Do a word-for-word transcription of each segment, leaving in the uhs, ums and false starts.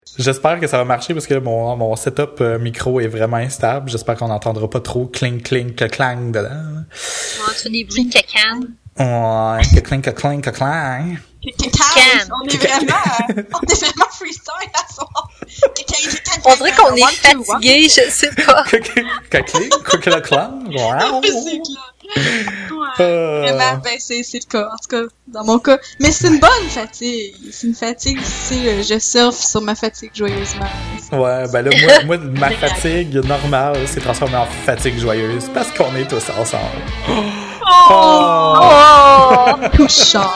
J'espère que ça va marcher parce que mon, mon setup euh, micro est vraiment instable. J'espère qu'on n'entendra pas trop cling, cling, clang dedans. Ouais, tu fais des bruits de cacane. Ouais, que cling, que cling, que clang. Cacane! On est vraiment, on est vraiment freestyle à soir. On dirait qu'on est fatigué, je sais pas. Que cling, que clang. Wow. Ouais, vraiment, ben c'est, c'est le cas, en tout cas, dans mon cas. Mais c'est une bonne fatigue. C'est une fatigue, c'est je surfe sur ma fatigue joyeusement. Ouais, ben là, moi, moi ma fatigue normale s'est transformée en fatigue joyeuse parce qu'on est tous ensemble. Oh! Oh! Oh! Touchant.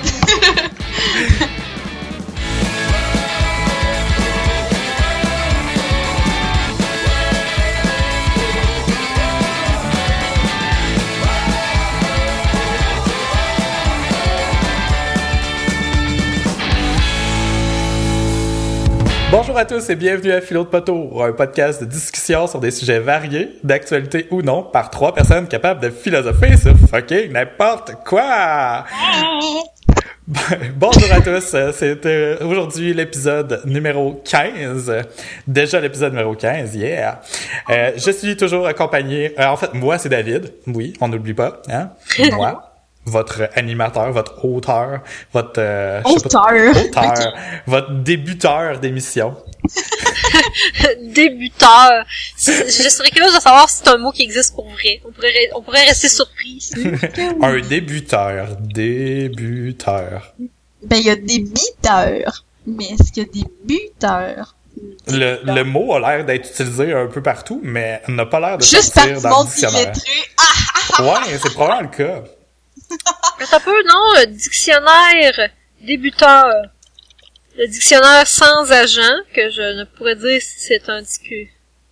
Bonjour à tous et bienvenue à Philo de Poteau, un podcast de discussion sur des sujets variés, d'actualité ou non, par trois personnes capables de philosopher sur fucking n'importe quoi! Bonjour à tous, c'est euh, aujourd'hui l'épisode numéro quinze. Déjà l'épisode numéro quinze, yeah! Euh, je suis toujours accompagné... Euh, en fait, moi, c'est David. Oui, on n'oublie pas, hein? Moi. Votre animateur, votre auteur, votre... Euh, auteur! Pas, auteur! Votre débuteur d'émission. Débuteur! Je serais curieuse de savoir si c'est un mot qui existe pour vrai. On pourrait, on pourrait rester surpris. Un débuteur. Débuteur. Ben, il y a des biteurs. Mais est-ce qu'il y a des buteurs? Le, le mot a l'air d'être utilisé un peu partout, mais n'a pas l'air de Juste sortir dans le dictionnaire. Ah! Ouais, c'est probablement le cas. Mais ça peut, non? Le dictionnaire débuteur. Le dictionnaire sans agent, que je ne pourrais dire si c'est un discu.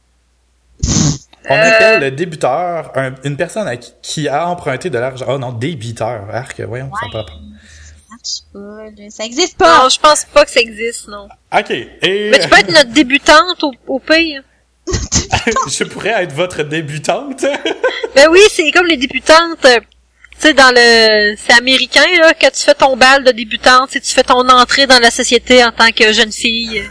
On euh... appelle le débuteur un, une personne à qui, qui a emprunté de l'argent. Oh non, débiteur. Arc, voyons, ouais. ça peut pas. Pas, ça existe pas! Non, je pense pas que ça existe, non. OK, et... Mais tu peux être notre débutante au, au pire. Je pourrais être votre débutante? Ben oui, c'est comme les débutantes... Tu sais, dans le... C'est américain, là, quand tu fais ton bal de débutante, c'est tu fais ton entrée dans la société en tant que jeune fille.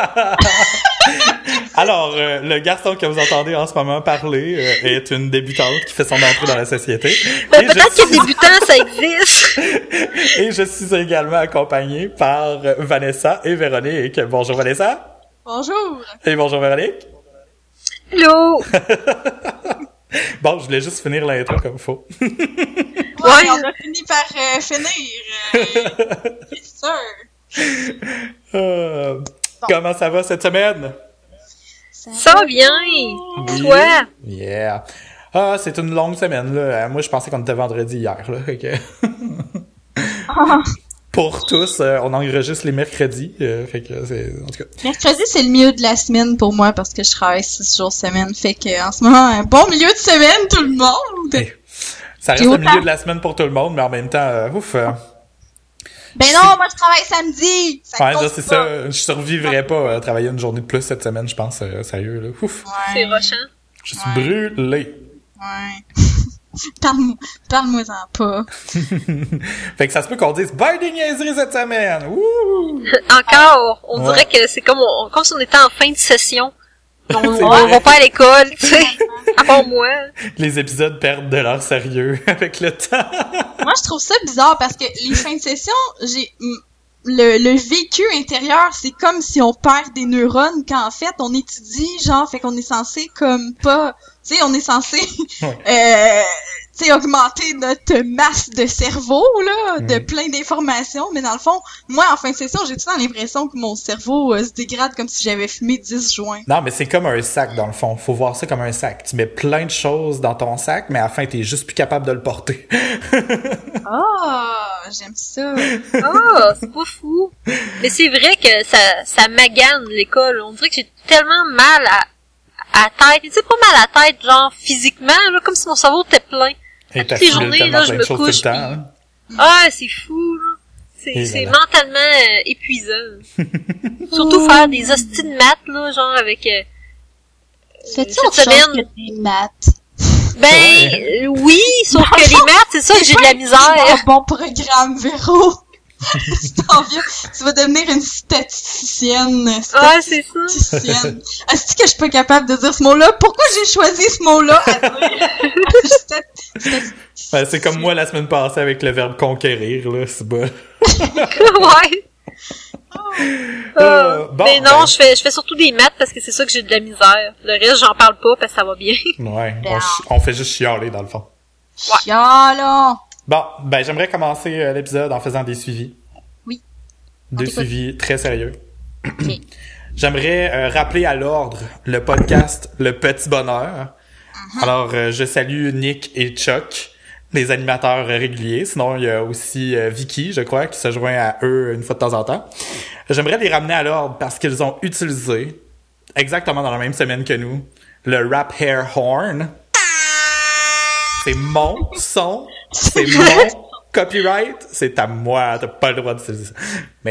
Alors, euh, le garçon que vous entendez en ce moment parler euh, est une débutante qui fait son entrée dans la société. Ben, peut-être que suis... débutant, ça existe. Et je suis également accompagné par Vanessa et Véronique. Bonjour Vanessa. Bonjour. Et bonjour Véronique. Hello. Bon, je voulais juste finir l'intro comme il faut. Ouais, ouais, on a fini par euh, finir. Euh, c'est sûr. Euh, bon. Comment ça va cette semaine? Ça, ça va bien. Oui. Toi? Yeah. Ah, c'est une longue semaine, là. Moi, je pensais qu'on était vendredi hier, là. Okay. Ah. Pour tous, euh, on enregistre les mercredis, euh, fait que c'est, en tout cas. Mercredi, c'est le milieu de la semaine pour moi parce que je travaille six jours semaine, fait que en ce moment, un bon milieu de semaine, tout le monde! Hey, ça reste le milieu de la semaine pour tout le monde, mais en même temps, euh, ouf! Euh, ben non, moi je travaille samedi! Ça ouais, c'est ça, je survivrais pas à travailler une journée de plus cette semaine, je pense, euh, sérieux, là, ouf! Ouais. C'est rochant. Je suis ouais. brûlé! Ouais. Parle-moi, parle-moi-en pas. Fait que ça se peut qu'on dise ben des niaiseries cette semaine. Wouh! Encore, on ouais. dirait que c'est comme on, comme si on était en fin de session. On, on, on va pas à l'école, tu sais. À part moi. Les épisodes perdent de leur sérieux avec le temps. Moi, je trouve ça bizarre parce que les fins de session, j'ai le, le vécu intérieur, c'est comme si on perd des neurones quand en fait on étudie, genre, fait qu'on est censé comme pas, tu sais, on est censé, ouais. euh, tu sais, augmenter notre masse de cerveau, là, de mmh. plein d'informations, mais dans le fond, moi, en fin de session, j'ai tout le temps l'impression que mon cerveau euh, se dégrade comme si j'avais fumé dix joints. Non, mais c'est comme un sac, dans le fond. Faut voir ça comme un sac. Tu mets plein de choses dans ton sac, mais à la fin, t'es juste plus capable de le porter. Oh, j'aime ça. Oh, c'est pas fou. Mais c'est vrai que ça, ça magane l'école. On dirait que j'ai tellement mal à, à tête. Tu sais, pas mal à tête, genre, physiquement, là, comme si mon cerveau était plein. Et toutes les journées, là, je me couche. Temps, hein? Pis... Ah, c'est fou, là. C'est, c'est mentalement euh, épuisant. Surtout faire des hosties de maths, là, genre avec... Euh, Fais-tu autre chose que des maths? Ben, euh, oui, sauf que les maths, c'est ça que j'ai de la misère. C'est un bon programme, Véro. Tu t'en viens, tu vas devenir une statisticienne. Ouais, c'est ça. Statisticienne. Est-ce que je suis pas capable de dire ce mot-là? Pourquoi j'ai choisi ce mot-là à dire? Stat- stat- Ben, c'est comme moi la semaine passée avec le verbe conquérir, là, c'est bon. Ouais. Euh, Euh, bon, mais non, ben- je fais, je fais surtout des maths parce que c'est ça que j'ai de la misère. Le reste, j'en parle pas parce que ça va bien. Ouais, on, chi- on fait juste chialer, dans le fond. Chialons! Bon, ben, j'aimerais commencer euh, l'épisode en faisant des suivis. Oui. Deux t'écoute. suivis très sérieux. Ok. J'aimerais euh, rappeler à l'ordre le podcast Le Petit Bonheur. Alors, euh, je salue Nick et Chuck, les animateurs euh, réguliers. Sinon, il y a aussi euh, Vicky, je crois, qui se joint à eux une fois de temps en temps. J'aimerais les ramener à l'ordre parce qu'ils ont utilisé, exactement dans la même semaine que nous, le Rap Hair Horn. C'est mon son, c'est mon copyright, c'est à moi, t'as pas le droit d'utiliser ça. Mais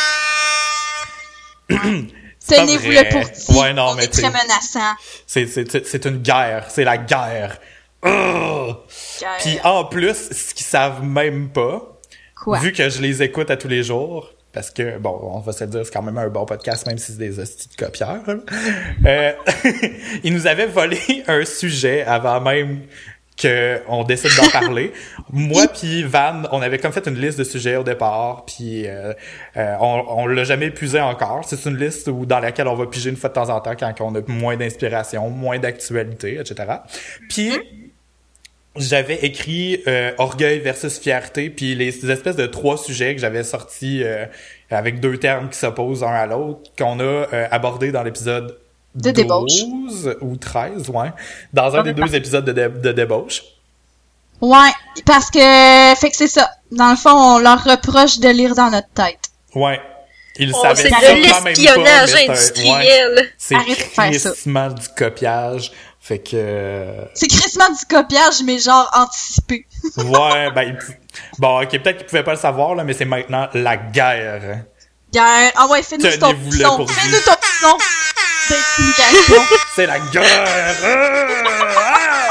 non. C'est pas Tenez-vous-le vrai. pour dit. Ouais, non, On mais est très t'sais- menaçant. C'est, c'est, c'est- c'est une guerre. C'est la guerre. Ugh. Guerre. Puis en plus, ce qu'ils savent même pas, Quoi? vu que je les écoute à tous les jours, parce que, bon, on va se le dire, c'est quand même un bon podcast, même si c'est des hosties de copieurs. là. Euh, ils nous avaient volé un sujet avant même que on décide d'en parler. Moi puis Van, on avait comme fait une liste de sujets au départ, puis euh, euh, on, on l'a jamais épuisé encore. C'est une liste où dans laquelle on va piger une fois de temps en temps quand on a moins d'inspiration, moins d'actualité, et cetera. Puis j'avais écrit euh, orgueil versus fierté, puis les espèces de trois sujets que j'avais sortis euh, avec deux termes qui s'opposent un à l'autre, qu'on a euh, abordé dans l'épisode De débauche. douze ou treize, ouais, dans un des deux épisodes de, dé- de débauche. Ouais, parce que, fait que c'est ça. Dans le fond, on leur reproche de lire dans notre tête. Ouais. Ils Oh, savaient c'est ça de quand même pas, l'espionnage mais c'est un- ouais, industriel. c'est Arrête de faire ça. crissement du copiage. Fait que... euh, C'est crissement du copiage, mais genre anticipé. ouais, ben... il pou- Bon, ok, peut-être qu'ils pouvaient pas le savoir, là, mais c'est maintenant la guerre. Guerre. Ah ouais, fais-nous ton Tenez-vous-le son. pour Fais-nous dit. ton son d'intimidation. C'est la guerre! Ah!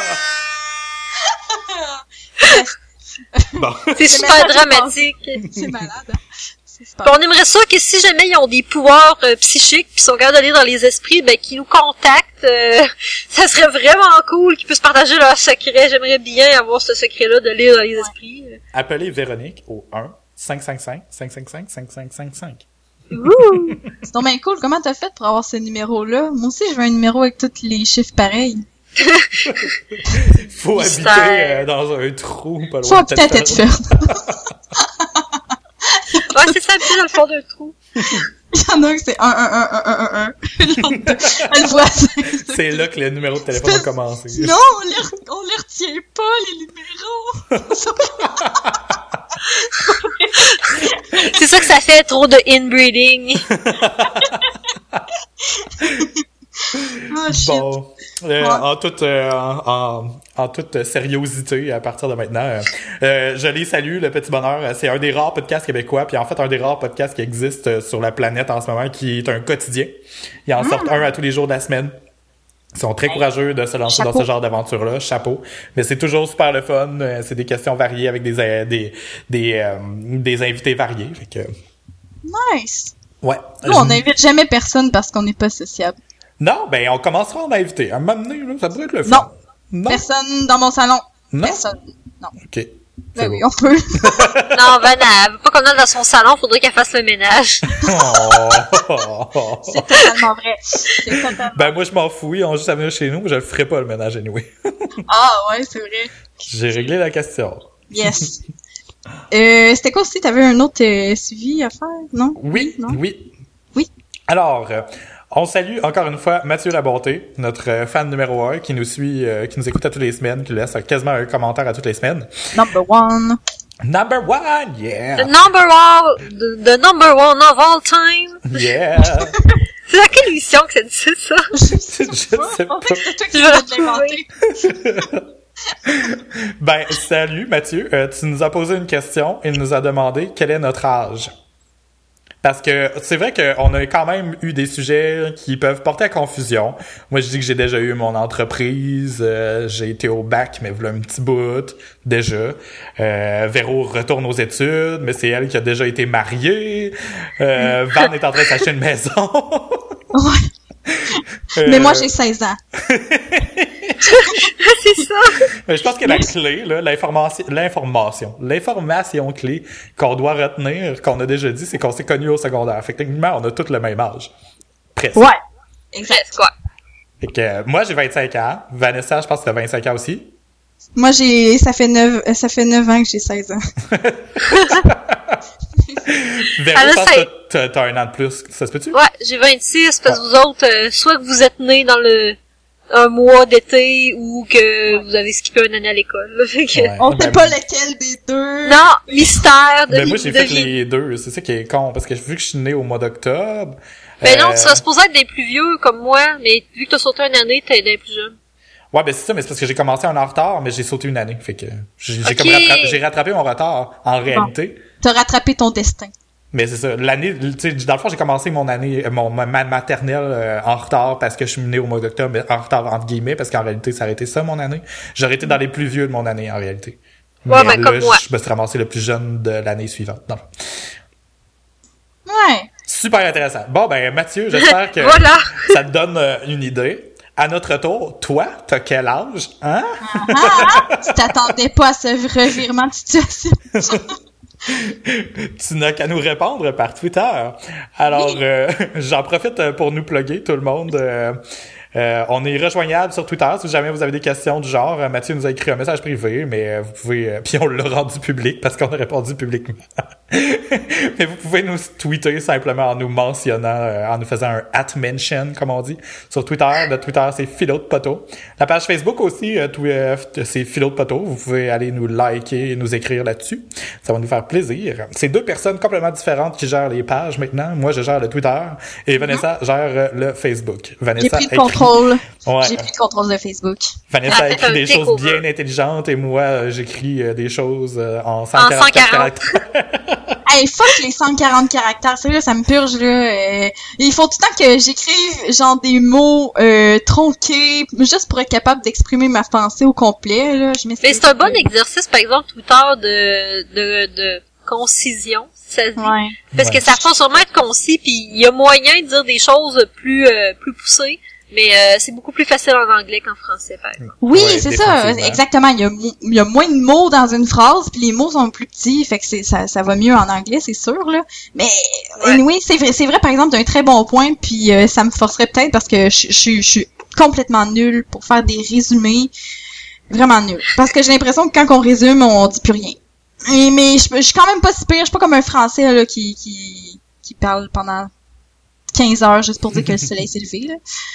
Bon. C'est super dramatique. C'est malade, hein? C'est super. Puis on aimerait ça que si jamais ils ont des pouvoirs euh, psychiques pis sont capables d'aller dans les esprits, ben qu'ils nous contactent. euh, ça serait vraiment cool qu'ils puissent partager leurs secrets. J'aimerais bien avoir ce secret-là de lire dans les esprits. Appelez Véronique au un cinq cinq cinq cinq cinq cinq cinq cinq cinq cinq. Ouh! C'est donc bien cool. Comment t'as fait pour avoir ce numéro-là? Moi aussi, je veux un numéro avec tous les chiffres pareils. Faut Mystère. habiter euh, dans un trou, pas loin Faut de peut-être être Tête-Ferme. Ouais, c'est ça, puis dans le fond d'un trou. Il y en a un que c'est un un un un un un un. Le voisin. C'est là que le numéro de téléphone a commencé. Non, on les, re- on les retient pas, les numéros. C'est ça que ça fait, trop de inbreeding. Oh, shit. Bon, euh, Ouais. en toute euh, en, en, en toute sériosité à partir de maintenant, euh, euh, je les salue, le Petit Bonheur. C'est un des rares podcasts québécois, puis en fait un des rares podcasts qui existent euh, sur la planète en ce moment, qui est un quotidien. Ils en sortent un à tous les jours de la semaine. Ils sont très courageux de se lancer Chapeau. dans ce genre d'aventure-là, chapeau. Mais c'est toujours super le fun. euh, C'est des questions variées avec des euh, des des, euh, des invités variés. Fait que Nice. ouais. Nous, on n'invite jamais personne parce qu'on n'est pas sociable. Non, ben on commencera à en inviter. À un moment donné, là, ça pourrait être le fun. Non. Non. Personne dans mon salon. Non. Personne. Non. Ok. C'est Ben oui, bon. on peut. Non, Vanna, elle veut pas qu'on aille dans son salon, faudrait qu'elle fasse le ménage. Oh. C'est totalement vrai. C'est totalement... Ben moi je m'en fous, ils ont juste à venir chez nous, je le ferai pas le ménage anyway. Ah ouais, c'est vrai. J'ai réglé la question. Yes. Euh, c'était quoi aussi? T'avais un autre euh, suivi à faire, non? Oui, Non? oui. Oui. Alors, euh, on salue encore une fois Mathieu Labonté, notre euh, fan numéro un, qui nous suit, euh, qui nous écoute à toutes les semaines, qui laisse quasiment un commentaire à toutes les semaines. Number one. Number one, The yeah! number one, the, the number one of all time. Yeah! C'est dans quelle émission que ça dit ça? Je sais pas. C'est toi qui Je vais viens la de l'inventer. Ben, salut Mathieu, Euh, tu nous as posé une question et nous a demandé quel est notre âge. Parce que c'est vrai qu'on a quand même eu des sujets qui peuvent porter à confusion. Moi, je dis que j'ai déjà eu mon entreprise, euh, j'ai été au bac, mais voilà un petit bout, déjà. Euh, Véro retourne aux études, mais c'est elle qui a déjà été mariée. Euh, Van est en train de s'acheter une maison. Ouais. Euh, Mais moi, j'ai seize ans. C'est ça. Mais je pense que la clé, là, l'information, l'information, l'information clé qu'on doit retenir, qu'on a déjà dit, c'est qu'on s'est connus au secondaire. Fait que techniquement, on a tous le même âge. Presque. Ouais. Exact, quoi. Fait que euh, moi, j'ai vingt-cinq ans. Vanessa, je pense que t'as vingt-cinq ans aussi. Moi, j'ai, ça fait neuf, ça fait neuf ans que j'ai seize ans. Véro, Elle a je pense seize. que t'as, t'as un an de plus. Ça se peut-tu? Ouais, j'ai vingt-six, parce que vous autres, euh, soit que vous êtes nés dans le un mois d'été ou que vous avez skippé une année à l'école. Là. Fait que... Ouais. On Ben, sait pas lequel des deux. Non, mystère de Mais moi, j'ai de- fait les deux. C'est ça qui est con. Parce que vu que je suis né au mois d'octobre... Ben non, euh, tu seras supposé être des plus vieux comme moi, mais vu que t'as sauté une année, t'es des plus jeunes. Ouais, ben c'est ça, mais c'est parce que j'ai commencé en retard, mais j'ai sauté une année. Fait que j'ai, j'ai Ok. comme rattrapé, j'ai rattrapé mon retard, en réalité. T'as rattrapé ton destin. Mais c'est ça. L'année, tu sais, dans le fond, j'ai commencé mon année, euh, mon, ma maternelle euh, en retard parce que je suis né au mois d'octobre, mais en retard entre guillemets, parce qu'en réalité, ça aurait été ça, mon année. J'aurais été dans les plus vieux de mon année, en réalité. Ouais, mais ben, là, comme moi. je me suis ramassé le plus jeune de l'année suivante. Non. Ouais. Super intéressant. Bon, ben, Mathieu, j'espère que Voilà. ça te donne euh, une idée. À notre tour, toi, t'as quel âge? Hein? Ah, tu t'attendais pas à ce revirement de situation. Tu n'as qu'à nous répondre par Twitter. Alors, Oui. euh, j'en profite pour nous plugger, tout le monde. Euh, euh, on est rejoignable sur Twitter. Si jamais vous avez des questions du genre, euh, Mathieu nous a écrit un message privé, mais euh, vous pouvez... Euh, puis on l'a rendu public parce qu'on a répondu publiquement. Mais vous pouvez nous tweeter simplement en nous mentionnant, euh, en nous faisant un at mention, comme on dit, sur Twitter. Le Twitter, c'est Philo de Poteau. La page Facebook aussi, euh, twi- euh, c'est Philo de Poteau. Vous pouvez aller nous liker et nous écrire là-dessus. Ça va nous faire plaisir. C'est deux personnes complètement différentes qui gèrent les pages maintenant. Moi, je gère le Twitter et Vanessa gère euh, le Facebook. Vanessa J'ai pris le écrit- contrôle. Ouais. J'ai pris le contrôle de Facebook. Vanessa Ah, écrit un des choses takeover. bien intelligentes et moi, euh, j'écris euh, des choses euh, en cent En quarante-quatre cent quarante. caractères. Hey, fuck les cent quarante caractères. Sérieux, ça me purge, là. Euh, il faut tout le temps que j'écrive, genre, des mots euh, tronqués, juste pour être capable d'exprimer ma pensée au complet, là. Je m'excuse. Mais c'est un bon exercice, par exemple, Twitter, de, de, de concision, si ça se dit. Ouais. Parce Ouais. que ça faut sûrement être concis, puis il y a moyen de dire des choses plus euh, plus poussées, mais euh, c'est beaucoup plus facile en anglais qu'en français, par exemple. Oui, Ouais, c'est ça, définitivement. exactement. Il y, a, mo- il y a moins de mots dans une phrase, puis les mots sont plus petits, fait que c'est, ça, ça va mieux en anglais, c'est sûr, là. Mais Ouais. anyway, c'est vrai, c'est vrai, par exemple, d'un très bon point, puis euh, ça me forcerait peut-être parce que je, je, je suis complètement nulle pour faire des résumés, vraiment nulle. Parce que j'ai l'impression que quand on résume, on dit plus rien. Et, mais je, je suis quand même pas si pire, je suis pas comme un Français là qui qui qui parle pendant quinze heures juste pour dire que le soleil s'est levé, là.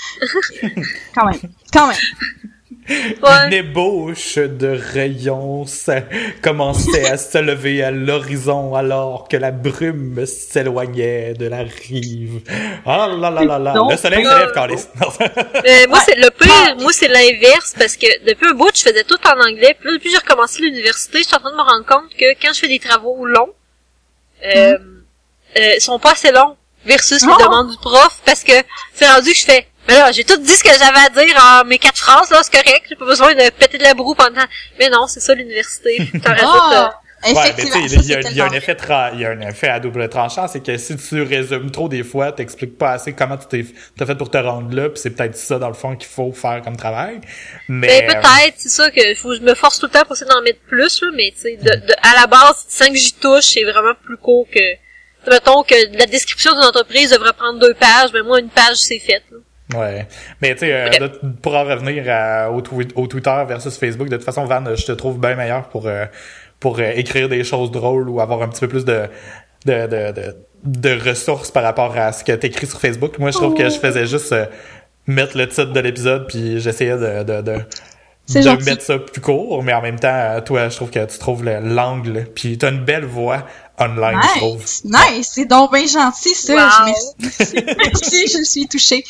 Quand même, quand même. Ouais. Une ébauche de rayons ça commençait à se lever à l'horizon alors que la brume s'éloignait de la rive. Ah là là là là, Non. le soleil se lève, Carlis. Non. Euh, moi, c'est le pire, moi, c'est l'inverse, parce que depuis un bout, je faisais tout en anglais, puis là, depuis que j'ai recommencé l'université, je suis en train de me rendre compte que quand je fais des travaux longs, euh, euh, ils sont pas assez longs, versus les Oh. demandes du prof, parce que c'est rendu que je fais, mais là, j'ai tout dit ce que j'avais à dire en mes quatre phrases, là, c'est correct, j'ai pas besoin de péter de la broue pendant, mais non, c'est ça l'université, puis t'en rajoutes, euh, Ah, Ouais, mais tu effectivement, sais, ça, il y a, c'est il y a un tellement- effet tra- il y a un effet à double tranchant, c'est que si tu résumes trop des fois, t'expliques pas assez comment tu t'es, t'as fait pour te rendre là, puis c'est peut-être ça dans le fond qu'il faut faire comme travail. Mais ben, peut-être, c'est ça que faut que je me force tout le temps pour essayer d'en mettre plus, là, mais tu sais, de, de, à la base, sans que j'y touche, c'est vraiment plus court que, mettons que la description d'une entreprise devrait prendre deux pages, mais moi, une page, c'est fait, là. Ouais. Mais tu sais, euh, de- pour en revenir à- au, twi- au Twitter versus Facebook, de toute façon, Van, je te trouve bien meilleur pour euh, pour euh, écrire des choses drôles ou avoir un petit peu plus de de de de, de ressources par rapport à ce que t'écris sur Facebook. Moi, je trouve que je faisais juste euh, mettre le titre de l'épisode puis j'essayais de de de, C'est de gentil. mettre ça plus court, mais en même temps, euh, toi, je trouve que tu trouves le- l'angle puis t'as une belle voix online, je trouve. Nice, nice, c'est donc bien gentil, ça. Wow. Je merci, merci, je suis touchée.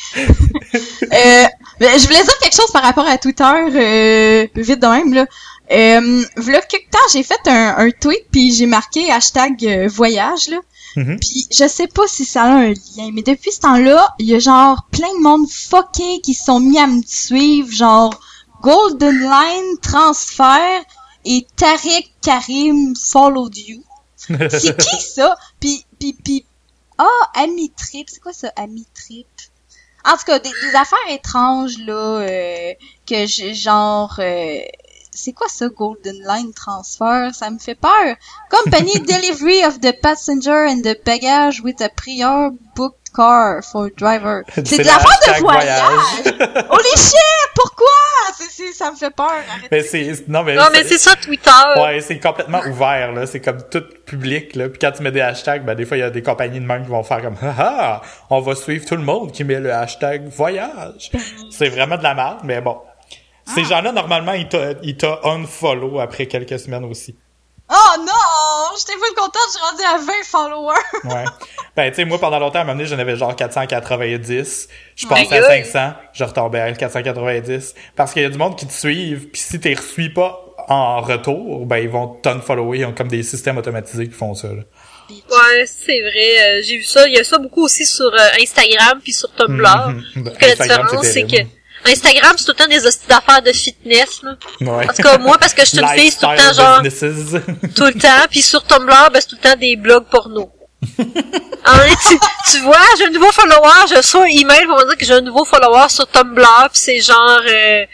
euh, ben, je voulais dire quelque chose par rapport à Twitter, euh, vite de même, là. Euh, v'là quelque temps, j'ai fait un, un tweet, puis j'ai marqué hashtag euh, voyage, là. Mm-hmm. Puis je sais pas si ça a un lien, mais depuis ce temps-là, il y a genre plein de monde fucké qui se sont mis à me suivre, genre Golden Line Transfer et Tariq Karim Followed You. C'est qui ça? Puis, puis, puis, ah, oh, Amitrip, c'est quoi ça, Amitrip? En tout cas, des, des affaires étranges, là, euh, que je, genre, euh, c'est quoi ça, Golden Line Transfer? Ça me fait peur. Company Delivery of the Passenger and the Baggage with a prior booked car for driver. C'est, c'est de l'affaire de voyage! voyage. Holy shit! Pourquoi? C'est, c'est, ça me fait peur. Arrêtez. Mais c'est, non, mais, non, mais c'est ça, Twitter. Ouais, c'est complètement ouvert, là. C'est comme tout public, là. Puis quand tu mets des hashtags, ben, des fois, il y a des compagnies de même qui vont faire comme, ah, on va suivre tout le monde qui met le hashtag voyage. C'est vraiment de la merde, mais bon. Ah. Ces gens-là, normalement, ils t'a, ils t'a unfollow après quelques semaines aussi. Oh non! J'étais full contente, je suis rendue à vingt followers! Ouais. Ben, tu sais, moi, pendant longtemps, à un moment donné, j'en avais genre quatre cent quatre-vingt-dix. Je passais à cinq cents, je retombais à quatre cent quatre-vingt-dix. Parce qu'il y a du monde qui te suivent, pis si t'es reçus pas en retour, ben, ils vont t'unfollower. Ils ont comme des systèmes automatisés qui font ça, là. Ouais, c'est vrai. Euh, j'ai vu ça. Il y a ça beaucoup aussi sur euh, Instagram puis sur Tumblr. Mm-hmm. Ben, la différence, c'est que Instagram, c'est tout le temps des hosties d'affaires de fitness, là. Ouais. En tout cas, moi, parce que je suis une fille, c'est tout le temps genre... tout le temps. Puis sur Tumblr, ben, c'est tout le temps des blogs porno. Alors, tu, tu vois, j'ai un nouveau follower, je reçois un email pour me dire que j'ai un nouveau follower sur Tumblr, pis c'est genre... Euh,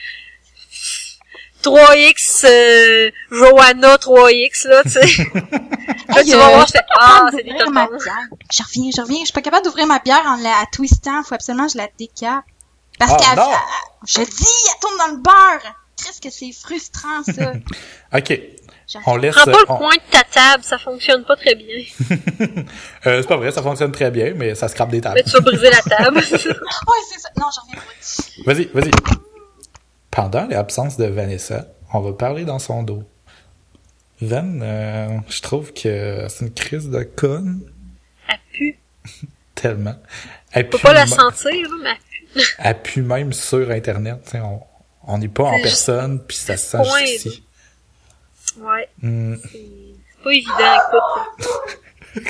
trois X, euh, Rowana trois X, là, tu sais. Là, tu vas voir, je fais, ah, c'est des tontons. Je reviens, je reviens, je suis pas capable d'ouvrir ma bière en la twistant, faut absolument que je la décape. Parce oh, qu'elle, je dis, elle tombe dans le beurre. Qu'est-ce que c'est frustrant, ça. OK. On laisse, prends pas le on... coin de ta table, ça fonctionne pas très bien. euh, c'est pas vrai, ça fonctionne très bien, mais ça scrape des tables. Mais tu vas briser la table. Ouais, c'est ça. Non, j'en reviens pas. Vas-y, vas-y. Pendant l'absence de Vanessa, on va parler dans son dos. Van, euh, je trouve que c'est une crise de conne. Elle pue. Tellement. Elle pue. Faut pas la m- sentir, là, mais elle pue. Elle pue même sur Internet, tu sais, on, on n'est pas en personne, puis ça se sent point, jusqu'ici. Ouais. Mm. C'est, c'est pas évident, écoute.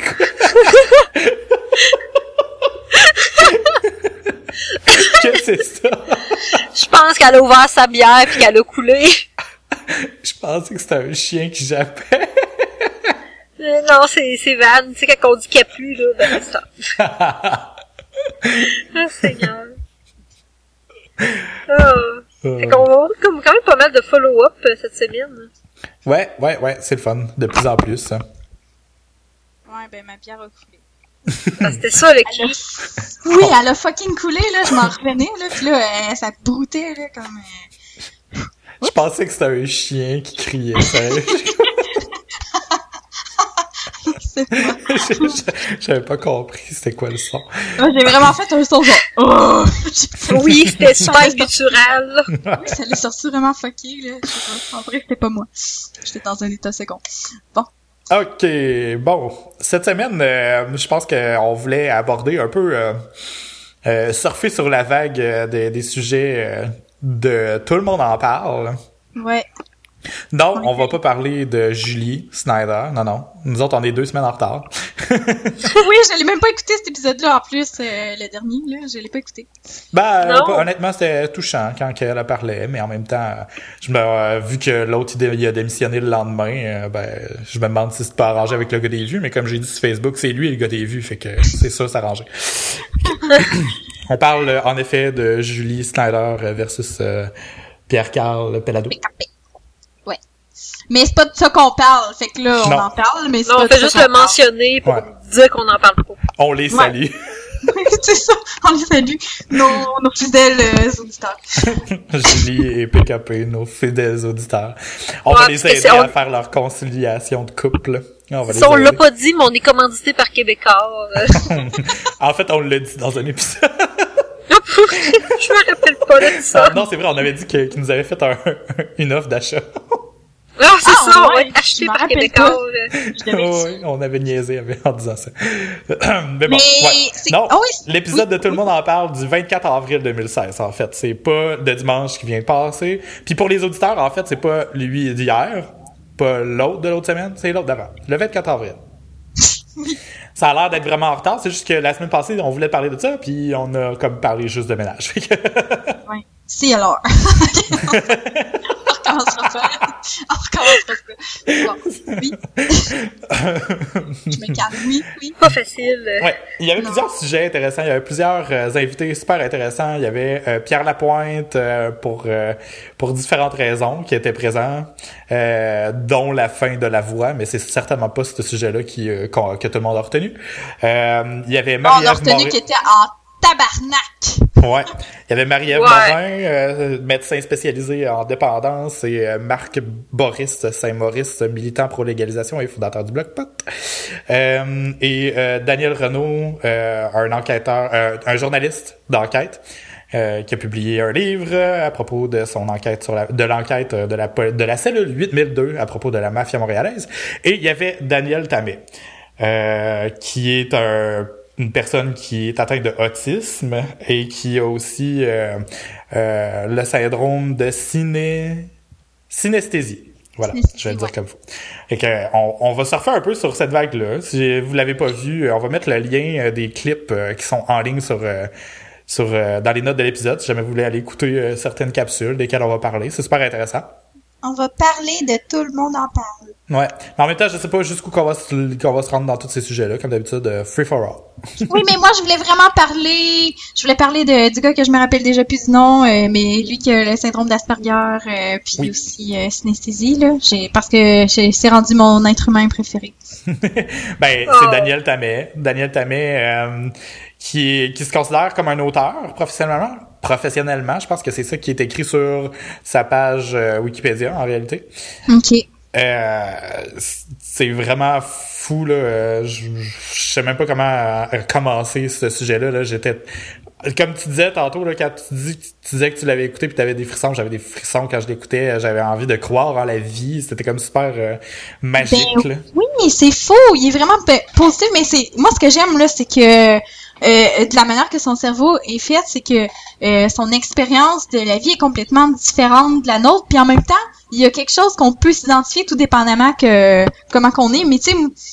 Qu'est-ce que c'est ça? Je pense qu'elle a ouvert sa bière puis qu'elle a coulé. Je pensais que c'était un chien qui jappait. Euh, non, c'est, c'est Van. Tu sais, quand on dit qu'elle pue, là, ben c'est ça. Ah, Seigneur. Oh. Euh... Fait qu'on va avoir comme quand même pas mal de follow-up euh, cette semaine. Ouais, ouais, ouais, c'est le fun. De plus en plus, ça. Ouais, ben ma bière a coulé. Ah, c'était ça, le cri. A... Oui, elle a fucking coulé, là. Je m'en revenais, là. Pis là, euh, ça broutait, là, comme... Euh... Je pensais que c'était un chien qui criait, sérieux. J'avais pas compris c'était quoi le son. J'ai vraiment fait un son genre oh! Oui, c'était super guttural. Oui, ça l'a sorti vraiment fucké, là. Je sais pas. En vrai, c'était pas moi. J'étais dans un état second. Bon. OK, bon. Cette semaine, euh, je pense qu'on voulait aborder un peu euh, euh, surfer sur la vague euh, des, des sujets euh, de tout le monde en parle. Ouais. Non, on va pas parler de Julie Snyder. Non, non. Nous autres, on est deux semaines en retard. Oui, je l'ai même pas écouté, cet épisode-là, en plus, euh, le dernier, là. Je l'ai pas écouté. Ben, euh, honnêtement, c'était touchant quand elle parlait, mais en même temps, je me, euh, vu que l'autre, il, il a démissionné le lendemain, euh, ben, je me demande si c'est pas arrangé avec le gars des vues, mais comme j'ai dit sur Facebook, c'est lui le gars des vues, fait que c'est ça, c'est arrangé. On parle, en effet, de Julie Snyder versus euh, Pierre-Carl Pelado. Mais c'est pas de ça qu'on parle, fait que là, on non. en parle, mais c'est non, pas on fait juste le mentionner pour ouais. dire qu'on en parle pas. On les salue. Ouais. C'est ça, on les salue, nos, nos fidèles euh, auditeurs. Julie et P K P, nos fidèles auditeurs. On ouais, va les aider on... à faire leur conciliation de couple. On va ça, les on l'a pas dit, mais on est commandité par Québécois. En fait, on l'a dit dans un épisode. Je me rappelle pas de ça. Ah, non, c'est vrai, on avait dit que, qu'il nous avait fait un, une offre d'achat. Ah, c'est ah, ça, ouais, on va être acheté par Québécois. Oui, on avait niaisé en disant ça. Mais bon, Mais ouais. c'est... Non, oh, oui, l'épisode oui, de Tout oui. le monde en parle du vingt-quatre avril deux mille seize, en fait. C'est pas de dimanche qui vient de passer. Puis pour les auditeurs, en fait, c'est pas lui d'hier, pas l'autre de l'autre semaine, c'est l'autre d'avant. Le vingt-quatre avril. Ça a l'air d'être vraiment en retard. C'est juste que la semaine passée, on voulait parler de ça, puis on a comme parlé juste de ménage. Oui. Si, alors. On recommencera pas. On recommencera pas. Bon, oui. Je me calme. Oui, oui. Pas facile. Ouais. Il y avait Non. plusieurs sujets intéressants. Il y avait plusieurs euh, invités super intéressants. Il y avait euh, Pierre Lapointe euh, pour euh, pour différentes raisons qui était présent, euh, dont la fin de la voix, mais c'est certainement pas ce sujet-là qui euh, qu'on- que tout le monde a retenu. Euh, il y avait On a Marie-Ève retenu Morin. qu'il était en tabarnak. Ouais. Il y avait Marie-Ève Ouais. Morin, euh, médecin spécialisé en dépendance, et euh, Marc Boris Saint-Maurice, militant pro-légalisation et fondateur du Bloc Pot. Euh, et euh, Daniel Renaud, euh, un enquêteur, euh, un journaliste d'enquête, euh, qui a publié un livre à propos de son enquête sur la, de l'enquête de la, de la cellule huit mille deux à propos de la mafia montréalaise. Et il y avait Daniel Tamé, euh, qui est un une personne qui est atteinte de autisme et qui a aussi euh, euh, le syndrome de ciné... synesthésie. Voilà, Synesthésie, je vais le dire ouais. comme vous. Et que on, on va surfer un peu sur cette vague-là. Si vous l'avez pas vu, on va mettre le lien euh, des clips euh, qui sont en ligne sur euh, sur euh, dans les notes de l'épisode. Si jamais vous voulez aller écouter euh, certaines capsules desquelles on va parler, c'est super intéressant. On va parler de Tout le monde en parle. Ouais. Mais en même temps, je sais pas jusqu'où qu'on va se, qu'on va se rendre dans tous ces sujets-là, comme d'habitude, euh, free for all. Oui, mais moi, je voulais vraiment parler... Je voulais parler de, du gars que je me rappelle déjà plus du nom, euh, mais lui qui a le syndrome d'Asperger, euh, puis Oui. aussi euh, synesthésie, là. J'ai, parce que j'ai- c'est rendu mon être humain préféré. Ben, Oh. c'est Daniel Tamé. Daniel Tamé, euh, qui, est- qui se considère comme un auteur professionnellement. Professionnellement, je pense que c'est ça qui est écrit sur sa page euh, Wikipédia, en réalité. OK. Euh, c'est vraiment fou, là. Euh, Je, je sais même pas comment euh, commencer ce sujet-là, là. J'étais... Comme tu disais tantôt, là, quand tu, dis, tu disais que tu l'avais écouté puis tu avais des frissons, j'avais des frissons quand je l'écoutais. J'avais envie de croire en la vie. C'était comme super euh, magique, Ben, là. Oui, c'est faux. Il est vraiment pe- positif, mais c'est moi ce que j'aime là, c'est que euh, de la manière que son cerveau est fait, c'est que euh, son expérience de la vie est complètement différente de la nôtre. Puis en même temps, il y a quelque chose qu'on peut s'identifier tout dépendamment que comment qu'on est. Mais tu sais,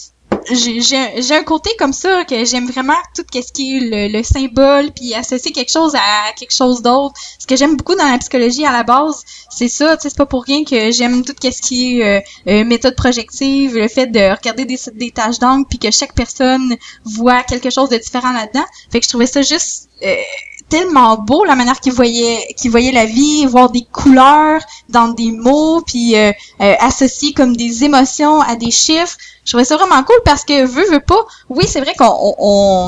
j'ai j'ai j'ai un côté comme ça que j'aime vraiment tout ce qui est le, le symbole puis associer quelque chose à quelque chose d'autre. Ce que j'aime beaucoup dans la psychologie à la base, c'est ça, tu sais, c'est pas pour rien que j'aime tout ce qui est euh, euh, méthode projective, le fait de regarder des des taches d'encre puis que chaque personne voit quelque chose de différent là-dedans. Fait que je trouvais ça juste euh, tellement beau la manière qu'il voyait qu'il voyait la vie, voir des couleurs dans des mots puis euh, euh, associer comme des émotions à des chiffres. Je trouvais ça vraiment cool parce que veut veut pas. Oui, c'est vrai qu'on on, on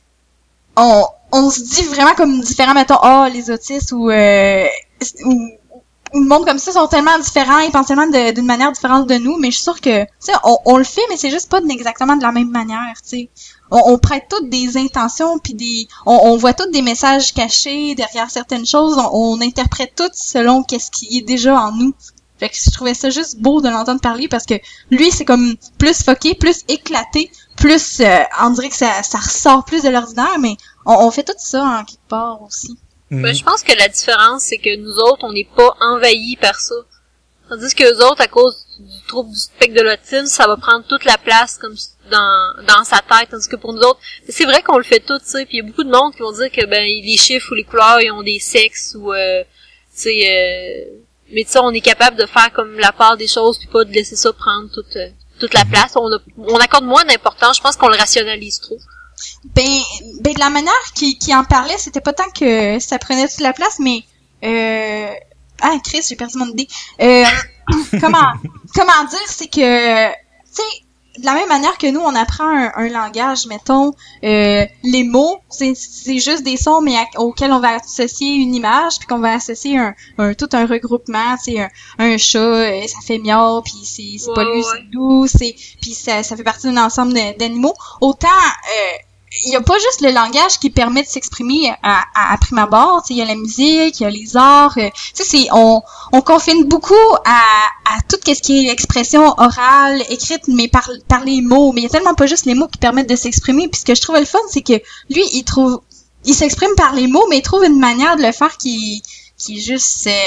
on on se dit vraiment comme différent, mettons, ah, les autistes ou euh, ou ou le monde comme ça sont tellement différents, ils pensent tellement de- d'une manière différente de nous, mais je suis sûre que, tu sais, on, on le fait, mais c'est juste pas de- exactement de la même manière, tu sais. On, on prête toutes des intentions, puis des, on, on voit toutes des messages cachés derrière certaines choses, on, on interprète toutes selon qu'est-ce qui est déjà en nous. Fait que je trouvais ça juste beau de l'entendre parler parce que lui, c'est comme plus foqué, plus éclaté, plus, euh, on dirait que ça, ça ressort plus de l'ordinaire, mais on, on fait tout ça en quelque part aussi. Ben, je pense que la différence, c'est que nous autres, on n'est pas envahis par ça. Tandis que eux autres, à cause du trouble du spectre de l'autisme, ça va prendre toute la place comme dans dans sa tête. Tandis que pour nous autres, c'est vrai qu'on le fait tout, tu sais. Puis il y a beaucoup de monde qui vont dire que ben les chiffres ou les couleurs, ils ont des sexes ou euh, tu sais. Euh, mais tu sais, on est capable de faire comme la part des choses, puis pas de laisser ça prendre toute euh, toute la place. On a, on accorde moins d'importance. Je pense qu'on le rationalise trop. Ben, ben de la manière qu'il qu'il en parlait, c'était pas tant que ça prenait toute la place, mais euh... ah Chris, j'ai perdu mon idée. Euh, comment comment dire, c'est que tu sais, de la même manière que nous on apprend un, un langage, mettons, euh, les mots, c'est c'est juste des sons mais à, auxquels on va associer une image, puis qu'on va associer un, un tout un regroupement, tu sais, un, un chat, euh, ça fait miaou, puis c'est c'est pas Ouais, lui, ouais. c'est doux, c'est puis ça ça fait partie d'un ensemble de- d'animaux. Autant euh, il y a pas juste le langage qui permet de s'exprimer à, à, à prime abord, tu sais, il y a la musique, il y a les arts, euh, tu sais, c'est, on, on confine beaucoup à, à tout ce qui est l'expression orale, écrite, mais par, par les mots, mais il y a tellement pas juste les mots qui permettent de s'exprimer, puis ce que je trouvais le fun, c'est que lui, il trouve, il s'exprime par les mots, mais il trouve une manière de le faire qui, qui est juste, euh,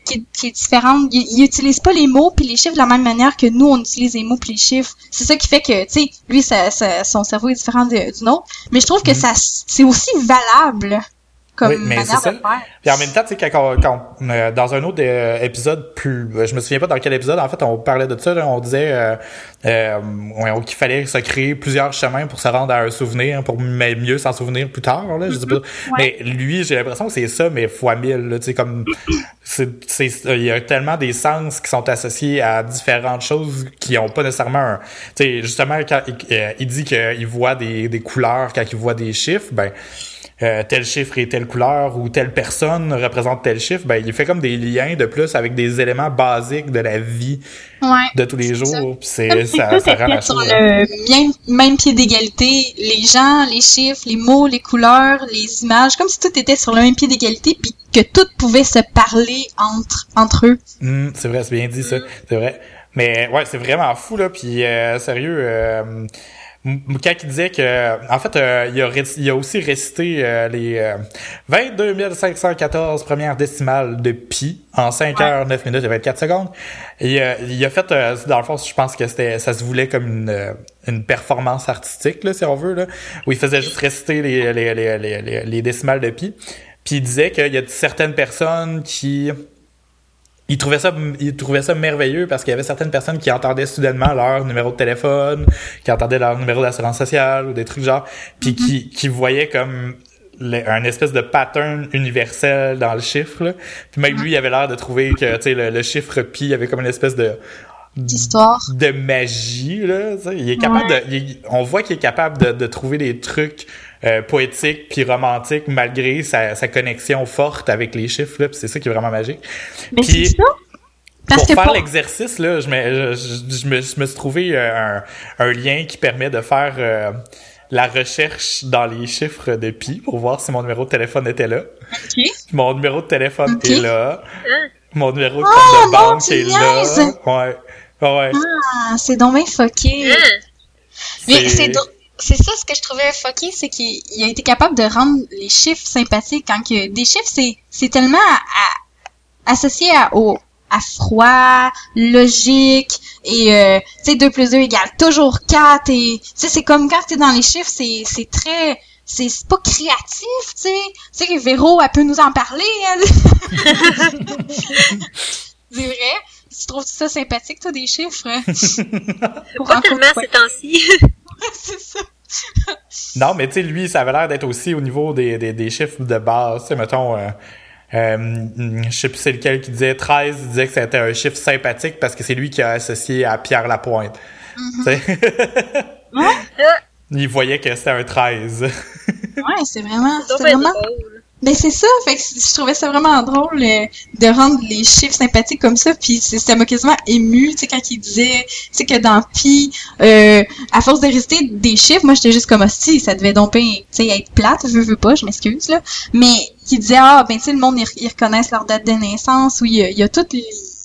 qui est, qui est différente. Il, il utilise pas les mots puis les chiffres de la même manière que nous, on utilise les mots puis les chiffres. C'est ça qui fait que, tu sais, lui, ça, ça, son cerveau est différent de, du nôtre. Mais je trouve que ça, c'est aussi valable comme oui, mais manière c'est de ça. faire. Puis en même temps, tu sais, quand, quand euh, dans un autre euh, épisode plus, je me souviens pas dans quel épisode, en fait, on parlait de ça, là, on disait euh, euh, ouais, qu'il fallait se créer plusieurs chemins pour se rendre à un souvenir, pour m- mieux s'en souvenir plus tard, là, je sais pas. Ouais. Mais lui, j'ai l'impression que c'est ça, mais fois mille, là, tu sais, comme, c'est, c'est, il y a tellement des sens qui sont associés à différentes choses qui ont pas nécessairement un, tu sais, justement, quand il, euh, il dit qu'il voit des, des couleurs quand il voit des chiffres, ben, Euh, tel chiffre et telle couleur ou telle personne représente tel chiffre, ben il fait comme des liens de plus avec des éléments basiques de la vie Ouais, de tous les c'est ça. jours. Puis c'est Comme si ça, tout ça rend la était sur chose. le même, même pied d'égalité, les gens, les chiffres, les mots, les couleurs, les images, comme si tout était sur le même pied d'égalité, puis que tout pouvait se parler entre entre eux. Hum, c'est vrai, c'est bien dit ça, c'est vrai. Mais ouais, c'est vraiment fou là. Puis euh, sérieux. Euh, Quand il disait que, en fait, euh, il, a ré- il a aussi récité euh, les euh, vingt-deux mille cinq cent quatorze premières décimales de pi en cinq heures, neuf minutes et vingt-quatre secondes. Et euh, il a fait, euh, dans le fond, je pense que c'était, ça se voulait comme une, euh, une performance artistique, là, si on veut, là, où il faisait juste réciter les, les, les, les, les, les décimales de pi. Puis il disait qu'il y a certaines personnes qui... Il trouvait ça, il trouvait ça merveilleux parce qu'il y avait certaines personnes qui entendaient soudainement leur numéro de téléphone, qui entendaient leur numéro d'assurance sociale ou des trucs genre, puis mm-hmm. qui, qui voyaient comme le, un espèce de pattern universel dans le chiffre, là. Puis même mm-hmm. lui, il avait l'air de trouver que, tu sais, le, le chiffre pi avait comme une espèce de d'histoire, de magie, là. Tu sais, il est capable ouais. de, il, on voit qu'il est capable de, de trouver des trucs euh, poétiques puis romantiques malgré sa, sa connexion forte avec les chiffres, là. Puis c'est ça qui est vraiment magique. Mais puis, c'est ça. Parce pour que faire pour... l'exercice, là, je me, je, je, me, je me suis trouvé un, un lien qui permet de faire euh, la recherche dans les chiffres de pi pour voir si mon numéro de téléphone était là. Okay. Mon numéro de téléphone okay. est là. Mon numéro de compte oh, de banque bon, est là. Ouais. Ouais. Ah, c'est donc bien fucké. Hein? Mais c'est do... c'est ça ce que je trouvais fucké, c'est qu'il il a été capable de rendre les chiffres sympathiques quand que des chiffres c'est c'est tellement à, à, associé à au à froid, logique et euh, tu sais deux plus deux égale toujours quatre et tu sais c'est comme quand t'es dans les chiffres, c'est c'est très c'est c'est pas créatif, tu sais. Tu sais que Véro elle peut nous en parler elle. C'est vrai. Tu trouves ça sympathique, toi, des chiffres? Pas tellement ces temps-ci. C'est ça. Non, mais tu sais, lui, ça avait l'air d'être aussi au niveau des, des, des chiffres de base. Tu sais, mettons, euh, euh, je sais plus c'est lequel qui disait treize, il disait que c'était un chiffre sympathique parce que c'est lui qui a associé à Pierre Lapointe. Mm-hmm. Tu sais? Ouais. Il voyait que c'était un treize. Ouais, c'est vraiment... C'est, c'est vraiment... Drôle. Ben c'est ça, fait que je trouvais ça vraiment drôle euh, de rendre les chiffres sympathiques comme ça, puis ça m'a quasiment ému, tu sais, quand il disait, tu sais, que dans Pi, euh, à force de réciter des chiffres, moi j'étais juste comme hostie, ça devait donc tu sais, être plate, je veux pas, je m'excuse, là, mais qui disait, ah, ben tu sais, le monde, ils, ils reconnaissent leur date de naissance, oui, il y a, il y a tout, il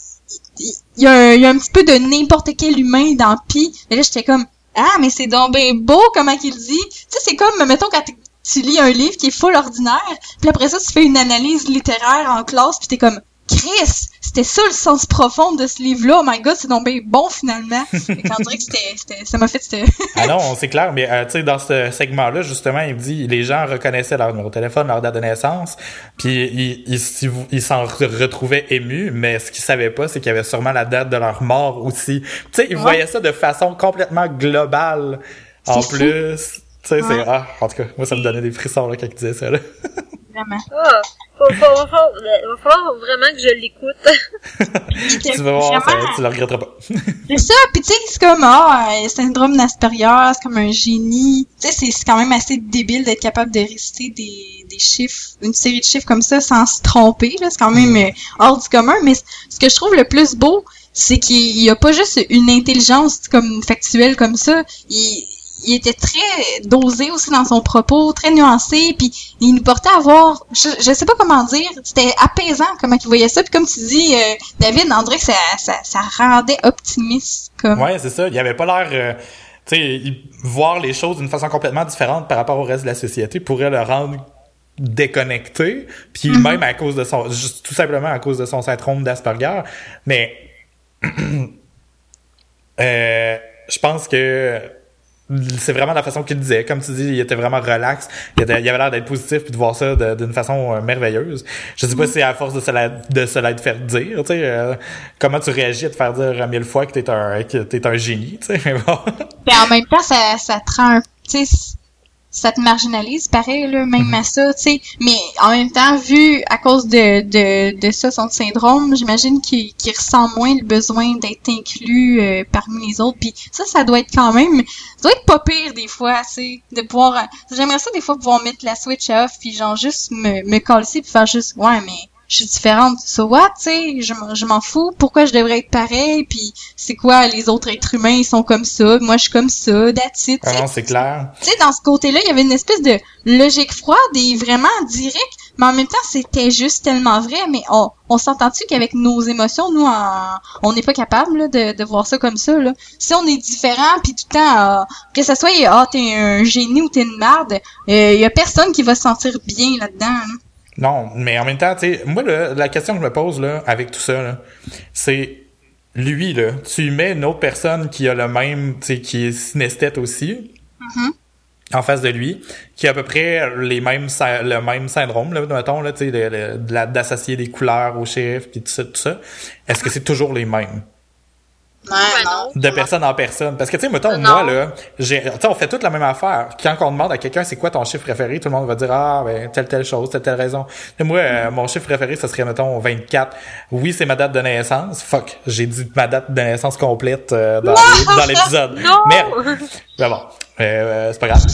y a, un, il y a un petit peu de n'importe quel humain dans Pi, et là j'étais comme, ah, mais c'est donc ben beau, comment qu'il dit, tu sais, c'est comme, mettons, quand t'es tu lis un livre qui est full ordinaire, puis après ça, tu fais une analyse littéraire en classe, puis t'es comme « Chris, c'était ça le sens profond de ce livre-là, oh my god, c'est donc bien bon finalement! » Et quand on dirait que c'était, c'était, ça m'a fait... C'était... Ah non, c'est clair, mais euh, tu sais, dans ce segment-là, justement, il dit les gens reconnaissaient leur numéro de téléphone, leur date de naissance, puis ils, ils, ils s'en retrouvaient émus, mais ce qu'ils savaient pas, c'est qu'il y avait sûrement la date de leur mort aussi. Tu sais, ils ouais. voyaient ça de façon complètement globale, en c'est plus... Fou. Tu sais, ouais. c'est... Ah, en tout cas, moi, ça me donnait des frissons, là, quand il disait ça, là. Vraiment. Ah, faut, faut, faut, faut, va falloir vraiment que je l'écoute. Tu vas voir, ça, tu le regretteras pas. C'est ça, pis tu sais, c'est comme, ah, oh, syndrome d'Asperger, c'est comme un génie. Tu sais, c'est, c'est quand même assez débile d'être capable de réciter des, des chiffres, une série de chiffres comme ça sans se tromper, là. C'est quand même mm. euh, hors du commun, mais ce que je trouve le plus beau, c'est qu'il y a pas juste une intelligence comme factuelle comme ça, il... il était très dosé aussi dans son propos, très nuancé, puis il nous portait à voir, je, je sais pas comment dire, c'était apaisant comment il voyait ça, puis comme tu dis, euh, David, on dirait que ça, ça, ça rendait optimiste. Comme... Ouais, c'est ça, il avait pas l'air... Euh, tu sais, voir les choses d'une façon complètement différente par rapport au reste de la société pourrait le rendre déconnecté, puis mm-hmm. même à cause de son, juste tout simplement à cause de son syndrome d'Asperger, mais euh, je pense que c'est vraiment la façon qu'il disait. Comme tu dis, il était vraiment relax. Il, était, il avait l'air d'être positif puis de voir ça de, d'une façon euh, merveilleuse. Je sais pas si c'est à force de se la, de se l'être fait dire, tu sais, euh, comment tu réagis à te faire dire mille fois que t'es un, que t'es un génie, tu sais, mais bon. Mais en même temps, ça, ça te rend, tu sais, ça te marginalise, pareil, là, même mm-hmm. à ça, tu sais. Mais en même temps, vu à cause de, de, de ça, son syndrome, j'imagine qu'il, qu'il ressent moins le besoin d'être inclus euh, parmi les autres. Puis ça, ça doit être quand même, ça doit être pas pire des fois, tu sais, de pouvoir, euh, j'aimerais ça des fois pouvoir mettre la switch off, puis genre juste me, me coller puis faire juste, ouais, mais je suis différente, so what, tu sais, je, je m'en fous, pourquoi je devrais être pareil, puis c'est quoi, les autres êtres humains, ils sont comme ça, moi je suis comme ça, that's it, ah non, c'est clair. Tu sais, dans ce côté-là, il y avait une espèce de logique froide et vraiment directe, mais en même temps, c'était juste tellement vrai, mais on, on s'entend-tu qu'avec nos émotions, nous, en, on n'est pas capable là, de, de voir ça comme ça, là. Si on est différent, puis tout le temps, euh, que ça soit, ah, oh, t'es un génie ou t'es une merde, il euh, y a personne qui va se sentir bien là-dedans, là. Non, mais en même temps, tu sais, moi, là, la question que je me pose, là, avec tout ça, là, c'est, lui, là, tu mets une autre personne qui a le même, tu sais, qui est synesthète aussi, mm-hmm. en face de lui, qui a à peu près les mêmes, le même syndrome, là, mettons, là, tu sais, de, de, de la, d'associer des couleurs aux chiffres, puis tout ça, tout ça. Est-ce que c'est toujours les mêmes? Ouais, non. De personne en personne. Parce que, tu sais, mettons, non. moi, là, j'ai, tu sais, on fait toute la même affaire. Quand on demande à quelqu'un c'est quoi ton chiffre préféré, tout le monde va dire, ah, ben, telle, telle chose, telle, telle raison. Et moi, euh, mon chiffre préféré, ça serait, mettons, vingt-quatre. Oui, c'est ma date de naissance. Fuck, j'ai dit ma date de naissance complète euh, dans, les, dans l'épisode. Non! Merde! Mais bon, euh, c'est pas grave.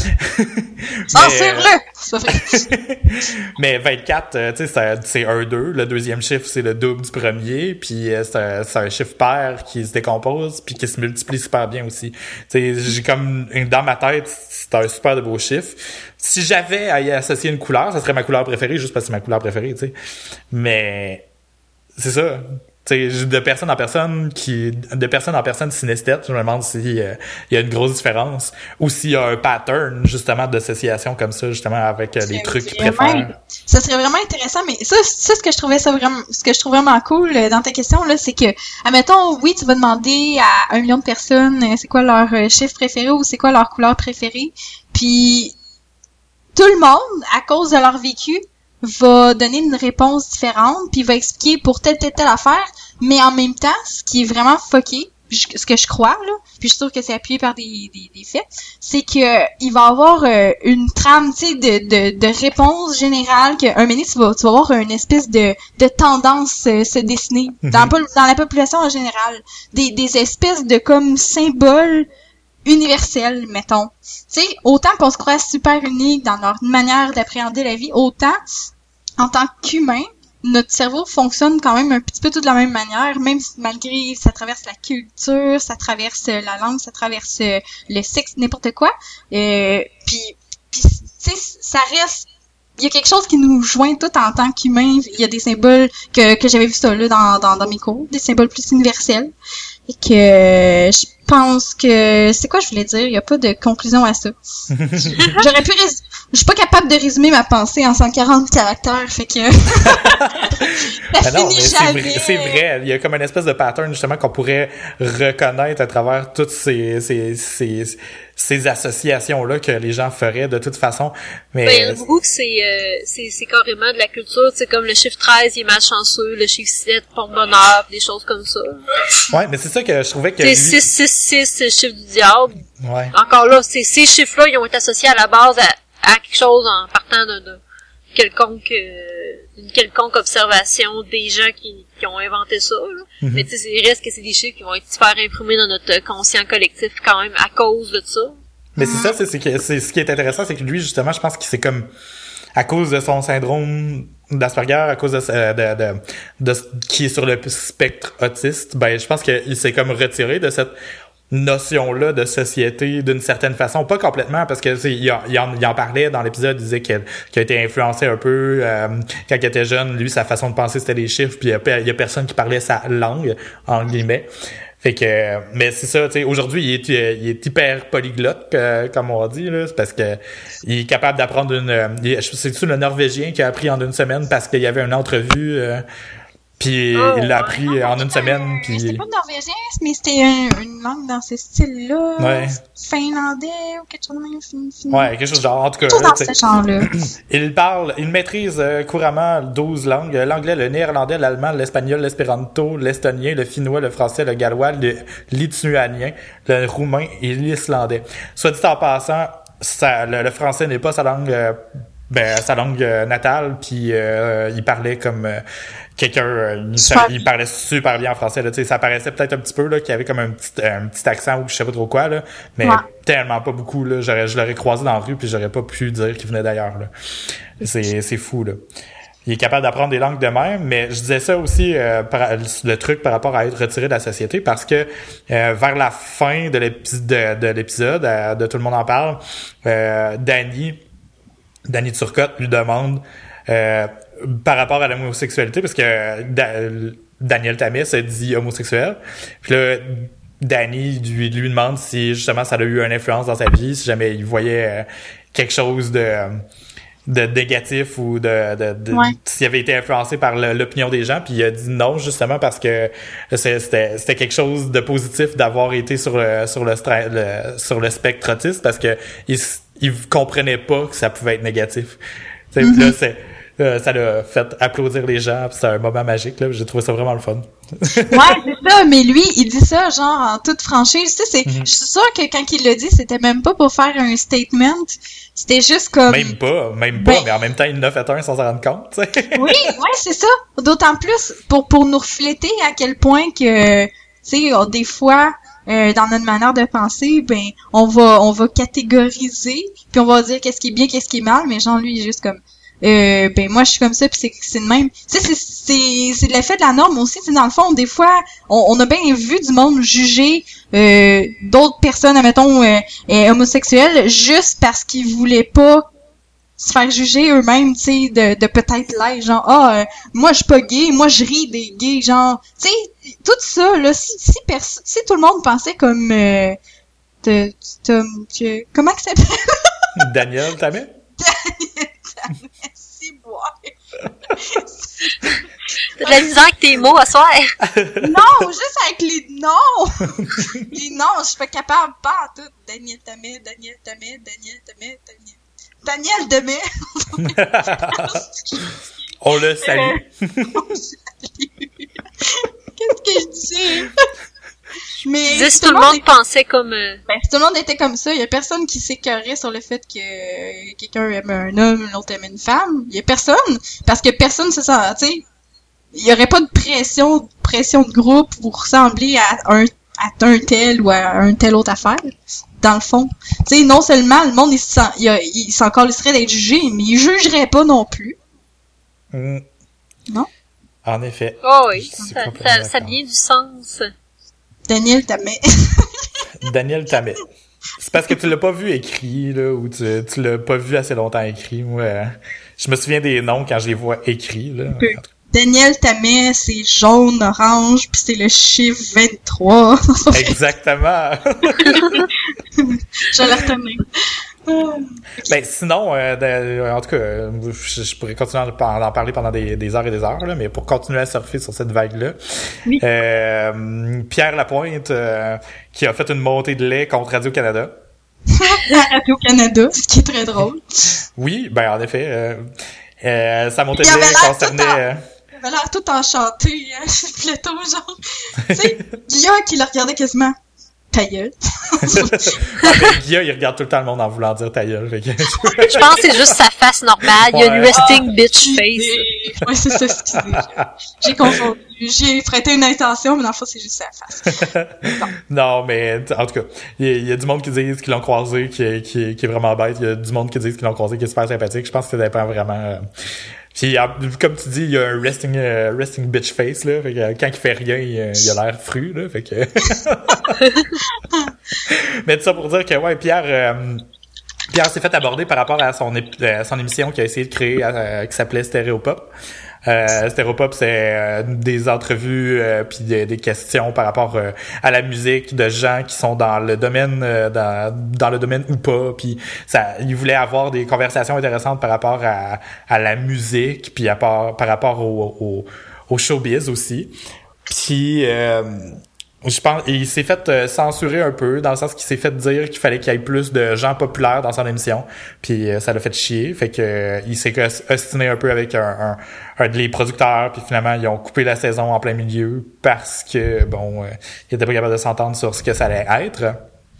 Ah, c'est vrai! C'est vrai. Mais vingt-quatre, euh, tu sais, c'est, c'est un deux. Le deuxième chiffre, c'est le double du premier. Puis euh, c'est, un, c'est un chiffre pair qui se décompose puis qui se multiplie super bien aussi. Tu sais, j'ai comme, dans ma tête, c'est un super de beau chiffre. Si j'avais à y associer une couleur, ça serait ma couleur préférée, juste parce que c'est ma couleur préférée, tu sais. Mais c'est ça. Tu sais, de personne en personne qui, de personne en personne synesthète, je me demande s'il euh, y a une grosse différence ou s'il y a un pattern, justement, d'association comme ça, justement, avec euh, les trucs qu'ils préfèrent. Ça serait vraiment intéressant, mais ça, ça, ce que je trouvais ça vraiment, ce que je trouve vraiment cool euh, dans ta question, là, c'est que, admettons, oui, tu vas demander à un million de personnes euh, c'est quoi leur euh, chiffre préféré ou c'est quoi leur couleur préférée, puis tout le monde, à cause de leur vécu, va donner une réponse différente, puis va expliquer pour telle, telle, telle affaire, mais en même temps, ce qui est vraiment fucké, ce que je crois, là, puis je suis sûre que c'est appuyé par des, des, des faits, c'est que il va avoir euh, une trame, tu sais, de, de, de réponse générale, qu'un moment donné, tu vas, tu vas avoir une espèce de, de tendance euh, se dessiner mm-hmm. dans, dans la population en général. Des, des espèces de, comme, symboles universels, mettons. Tu sais, autant qu'on se croit super unique dans leur manière d'appréhender la vie, autant, en tant qu'humain, notre cerveau fonctionne quand même un petit peu tout de la même manière, même si malgré ça traverse la culture, ça traverse la langue, ça traverse le sexe, n'importe quoi. Euh, puis, puis tu sais, ça reste... Il y a quelque chose qui nous joint tout en tant qu'humain. Il y a des symboles que, que j'avais vu ça là dans, dans, dans mes cours, des symboles plus universels. Et que je pense que... C'est quoi je voulais dire? Il n'y a pas de conclusion à ça. J'aurais pu... Rés... Je suis pas capable de résumer ma pensée en cent quarante caractères, fait que... ça ben non, finit mais c'est jamais. vrai, c'est vrai. Il y a comme une espèce de pattern, justement, qu'on pourrait reconnaître à travers toutes ces... ces, ces ces associations-là que les gens feraient de toute façon. Mais ben, il y en a beaucoup que c'est, euh, c'est, c'est carrément de la culture, tu sais, comme le chiffre treize, il est malchanceux, le chiffre sept, porte bonheur, des choses comme ça. Ouais, mais c'est ça que je trouvais que... C'est six, six, six, c'est le chiffre du diable. Ouais. Encore là, c'est, ces chiffres-là, ils ont été associés à la base à, à quelque chose en partant de, de quelconque, euh, d'une quelconque observation des gens qui, qui ont inventé ça, là. Mm-hmm. Mais tu sais, il reste que c'est des chiffres qui vont être super imprimés dans notre conscient collectif quand même à cause de ça. Mais c'est ça, c'est, c'est, que, c'est ce qui est intéressant, c'est que lui, justement, je pense qu'il c'est comme, à cause de son syndrome d'Asperger, à cause de, de, de, de, de qui est sur le spectre autiste, ben, je pense qu'il s'est comme retiré de cette notion-là de société d'une certaine façon, pas complètement, parce que c'est, il, en, il, en, il en parlait dans l'épisode, il disait qu'il, qu'il a été influencé un peu euh, quand il était jeune. Lui, sa façon de penser, c'était les chiffres, puis il y a, il y a personne qui parlait sa langue, en guillemets. Fait que, mais c'est ça, tu sais, aujourd'hui, il est, il est hyper polyglotte, que, comme on dit, là, c'est parce que il est capable d'apprendre une, c'est-tu le Norvégien qui a appris en une semaine parce qu'il y avait une entrevue, euh, puis oh, il l'a appris non, en une semaine, puis... C'était pas norvégien, mais c'était un, une langue dans ce style-là, ouais. finlandais ou quelque chose de même. Fin, fin. Ouais, quelque chose de genre, en tout cas. Tout dans ce genre-là. Il parle, il maîtrise euh, couramment douze langues, l'anglais, le néerlandais, l'allemand, l'espagnol, l'espéranto, l'estonien, le finnois, le français, le gallois, le lituanien, le roumain et l'islandais. Soit dit en passant, ça, le, le français n'est pas sa langue... Euh, ben sa langue euh, natale, puis euh, il parlait comme euh, quelqu'un, euh, il, il parlait super bien en français, là, tu sais, ça paraissait peut-être un petit peu là qu'il y avait comme un petit un petit accent ou je sais pas trop quoi là, mais ouais. Tellement pas beaucoup là, j'aurais je l'aurais croisé dans la rue puis j'aurais pas pu dire qu'il venait d'ailleurs là. C'est c'est fou là. Il est capable d'apprendre des langues de même, mais je disais ça aussi euh, par, le truc par rapport à être retiré de la société parce que euh, vers la fin de l'épisode de, de l'épisode euh, de Tout le monde en parle, euh, Danny Danny Turcotte lui demande euh, par rapport à l'homosexualité, parce que da- Daniel Tammet se dit homosexuel. Puis là, Danny lui, lui demande si justement ça a eu une influence dans sa vie, si jamais il voyait euh, quelque chose de de négatif ou de, de, de ouais. s'il avait été influencé par le, l'opinion des gens, puis il a dit non justement parce que c'était c'était quelque chose de positif d'avoir été sur le sur le, le sur le spectre autiste parce que il il comprenait pas que ça pouvait être négatif. Mm-hmm. Là, c'est, euh, ça l'a fait applaudir les gens, pis c'est un moment magique, là. J'ai trouvé ça vraiment le fun. Ouais, c'est ça, mais lui, il dit ça, genre, en toute franchise. Tu sais, c'est, mm-hmm. je suis sûre que quand il l'a dit, c'était même pas pour faire un statement. C'était juste comme... Même pas, même pas, ben... mais en même temps, il en a fait un sans s'en rendre compte, tu sais. Oui, ouais, c'est ça. D'autant plus pour, pour nous refléter à quel point que, tu sais, des fois... Euh, dans notre manière de penser, ben on va on va catégoriser, puis on va dire qu'est-ce qui est bien, qu'est-ce qui est mal, mais genre lui il est juste comme euh, ben moi je suis comme ça puis c'est c'est de même. Tu sais c'est c'est c'est l'effet de la norme aussi, tu sais dans le fond des fois on, on a bien vu du monde juger euh, d'autres personnes admettons euh, euh, homosexuelles juste parce qu'ils voulaient pas se faire juger eux-mêmes, tu sais, de, de peut-être l'être, genre, ah, euh, moi, je suis pas gay, moi, je ris des gays, genre, tu sais, tout ça, là, si, si, perso- si tout le monde pensait comme, euh, de, de, que, comment que ça s'appelle? Daniel Tammet? Daniel Tammet, si, boire. T'as de la misère avec tes mots à soir. Non, juste avec les noms. Les noms, je suis pas capable, pas en tout. Daniel Tammet, Daniel Tammet, Daniel Tammet, Daniel. Daniel Demey. On le salue. On le salue. Qu'est-ce que je dis? Mais si, si tout le monde est... pensait comme... Euh... Ben, si tout le monde était comme ça, il y a personne qui s'écœurait sur le fait que quelqu'un aime un homme, l'autre aime une femme. Il y a personne. Parce que personne se sent, tu sais, il y aurait pas de pression, pression de groupe pour ressembler à un, à un tel ou à un tel autre affaire. Dans le fond. Tu sais, non seulement le monde, il, s'en, il, il s'en calisserait d'être jugé, mais il jugerait pas non plus. Mmh. Non? En effet. Oh oui, ça, ça, ça a bien du sens. Daniel Tammet. Daniel Tammet. C'est parce que tu l'as pas vu écrit, là, ou tu, tu l'as pas vu assez longtemps écrit. Moi, euh, je me souviens des noms quand je les vois écrits, là. Okay. Daniel Tammet, c'est jaune, orange, puis c'est le chiffre vingt-trois. Exactement. Je vais la retenir. Ben sinon, euh, de, en tout cas, je, je pourrais continuer à en parler pendant des, des heures et des heures, là, mais pour continuer à surfer sur cette vague-là, oui. euh, Pierre Lapointe, euh, qui a fait une montée de lait contre Radio-Canada. Radio-Canada, ce qui est très drôle. Oui, ben en effet, euh, euh, sa montée de lait concernait... Euh, il avait l'air tout enchanté, hein, ce plateau, genre. Tu sais, Guilla qui le regardait quasiment. Ta gueule. Ah, ben, Guilla, il regarde tout le temps le monde en voulant dire ta gueule. Fait que... Je pense que c'est juste sa face normale. Il y a une resting ah, bitch face. Ouais, c'est ça, excusez. J'ai confondu. J'ai prêté une intention, mais dans le fond, c'est juste sa face. Non. non, mais en tout cas, il y, y a du monde qui disent qu'ils l'ont croisé, qui, qui, qui est vraiment bête. Il y a du monde qui disent qu'ils l'ont croisé, qui est super sympathique. Je pense que ça dépend vraiment... Euh... Puis, comme tu dis, il y a un resting, uh, resting bitch face, là. Fait que quand il fait rien, il, il a l'air fru, là. Fait que... Mais tout ça pour dire que, ouais, Pierre, euh, Pierre s'est fait aborder par rapport à son, ép- à son émission qu'il a essayé de créer, euh, qui s'appelait Stéréopop. Euh, Stéréopop, c'est euh, des entrevues euh, puis des, des questions par rapport euh, à la musique de gens qui sont dans le domaine euh, dans, dans le domaine ou pas, puis ça, il voulait avoir des conversations intéressantes par rapport à, à la musique, puis à par, par rapport au, au, au showbiz aussi. Puis euh, je pense il s'est fait euh, censurer un peu dans le sens qu'il s'est fait dire qu'il fallait qu'il y ait plus de gens populaires dans son émission, puis euh, ça l'a fait chier, fait que euh, il s'est ostiné un peu avec un, un, un des producteurs, puis finalement ils ont coupé la saison en plein milieu parce que bon euh, ils étaient pas capables de s'entendre sur ce que ça allait être.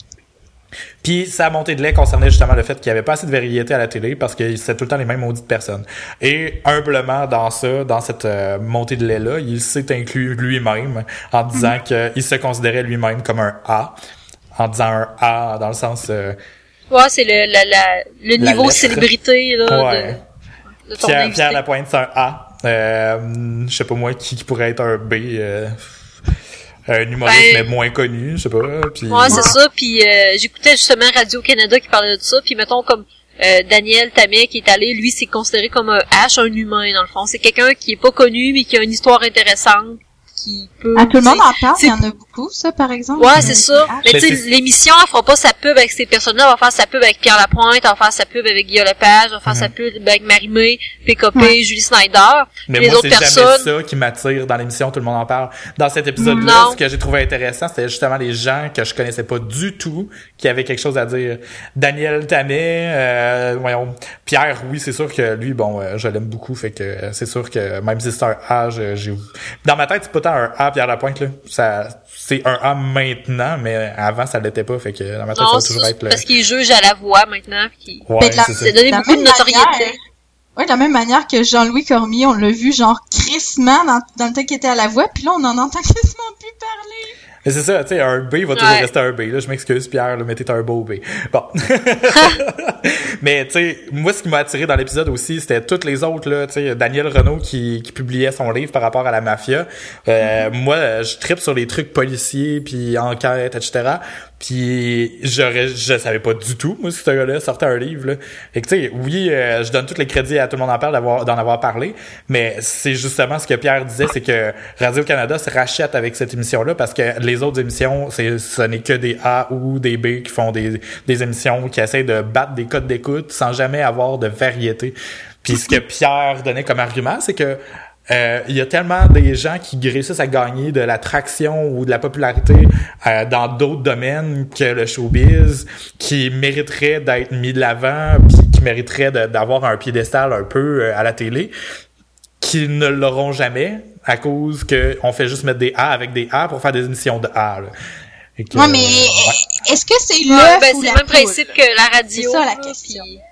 Puis sa montée de lait concernait justement le fait qu'il y avait pas assez de variété à la télé parce que c'était tout le temps les mêmes maudites personnes. Et humblement dans ça, dans cette euh, montée de lait-là, il s'est inclus lui-même en disant mm-hmm. qu'il se considérait lui-même comme un A, en disant un A dans le sens... Euh, ouais, c'est le, la, la, le niveau célébrité là, ouais. de, de ton Pierre, Pierre Lapointe, c'est un A. Euh, je sais pas moi, qui, qui pourrait être un B... Euh, un humoriste ben, mais moins connu, je sais pas. Puis... Ouais, c'est ça. Puis euh, j'écoutais justement Radio-Canada qui parlait de ça. Puis mettons comme euh, Daniel Tammet qui est allé, lui, c'est considéré comme un H, un humain dans le fond. C'est quelqu'un qui est pas connu mais qui a une histoire intéressante. Qui peut, ah, tout le monde en parle, il y en a beaucoup, ça, par exemple. Ouais, c'est ça. Mais, mais tu sais, l'émission, elle fera pas sa pub avec ces personnes-là. Elle va faire sa pub avec Pierre Lapointe, elle va faire sa pub avec Guillaume Lepage, elle va faire mm-hmm. sa pub avec Marie-Mé, P K P, ouais. Julie Snyder. Mais les moi, autres c'est personnes... jamais ça qui m'attire dans l'émission, tout le monde en parle. Dans cet épisode-là, non. Ce que j'ai trouvé intéressant, c'était justement les gens que je connaissais pas du tout, qui avaient quelque chose à dire. Daniel Tammet, euh, voyons, Pierre, oui, c'est sûr que lui, bon, euh, je l'aime beaucoup, fait que euh, c'est sûr que même si c'est un A, je, j'ai... Dans ma tête, c'est pas tant un A, Pierre Lapointe. Là, ça, c'est un A maintenant, mais avant ça l'était pas, fait que dans ma tête non, ça va toujours être. Parce qu'il juge à la voix maintenant, puis ouais, la, c'est ça. Ça donné beaucoup de notoriété. Ouais, de la même manière que Jean-Louis Cormier, on l'a vu genre crissement dans, dans le temps qu'il était à la voix, puis là on en entend quasiment plus parler. Mais c'est ça, tu sais, un B va toujours ouais. rester un B. Là, je m'excuse, Pierre, là, mais t'es un beau B. Bon. Mais, tu sais, moi, ce qui m'a attiré dans l'épisode aussi, c'était toutes les autres, là, tu sais, Daniel Renaud qui, qui publiait son livre par rapport à la mafia. Euh, mm-hmm. Moi, je trippe sur les trucs policiers, puis enquêtes, et cetera. Puis, j'aurais, je savais pas du tout, moi, si ce gars-là sortait un livre, là. Fait que, tu sais, oui, euh, je donne tous les crédits à Tout le monde en parle d'avoir, d'en avoir parlé, mais c'est justement ce que Pierre disait, c'est que Radio-Canada se rachète avec cette émission-là parce que les autres émissions, c'est, ce n'est que des A ou des B qui font des, des émissions qui essaient de battre des codes d'écoute sans jamais avoir de variété. Puis ce que Pierre donnait comme argument, c'est que euh, il y a tellement des gens qui réussissent à gagner de l'attraction ou de la popularité euh, dans d'autres domaines que le showbiz, qui mériteraient d'être mis de l'avant, puis qui mériteraient de, d'avoir un piédestal un peu euh, à la télé, qui ne l'auront jamais à cause que on fait juste mettre des A avec des A pour faire des émissions de A. Là. Et que, ouais, mais ouais. Est-ce que c'est l'œuf ouais, ben, ou c'est la le même principe que la radio. C'est ça la question. Puis...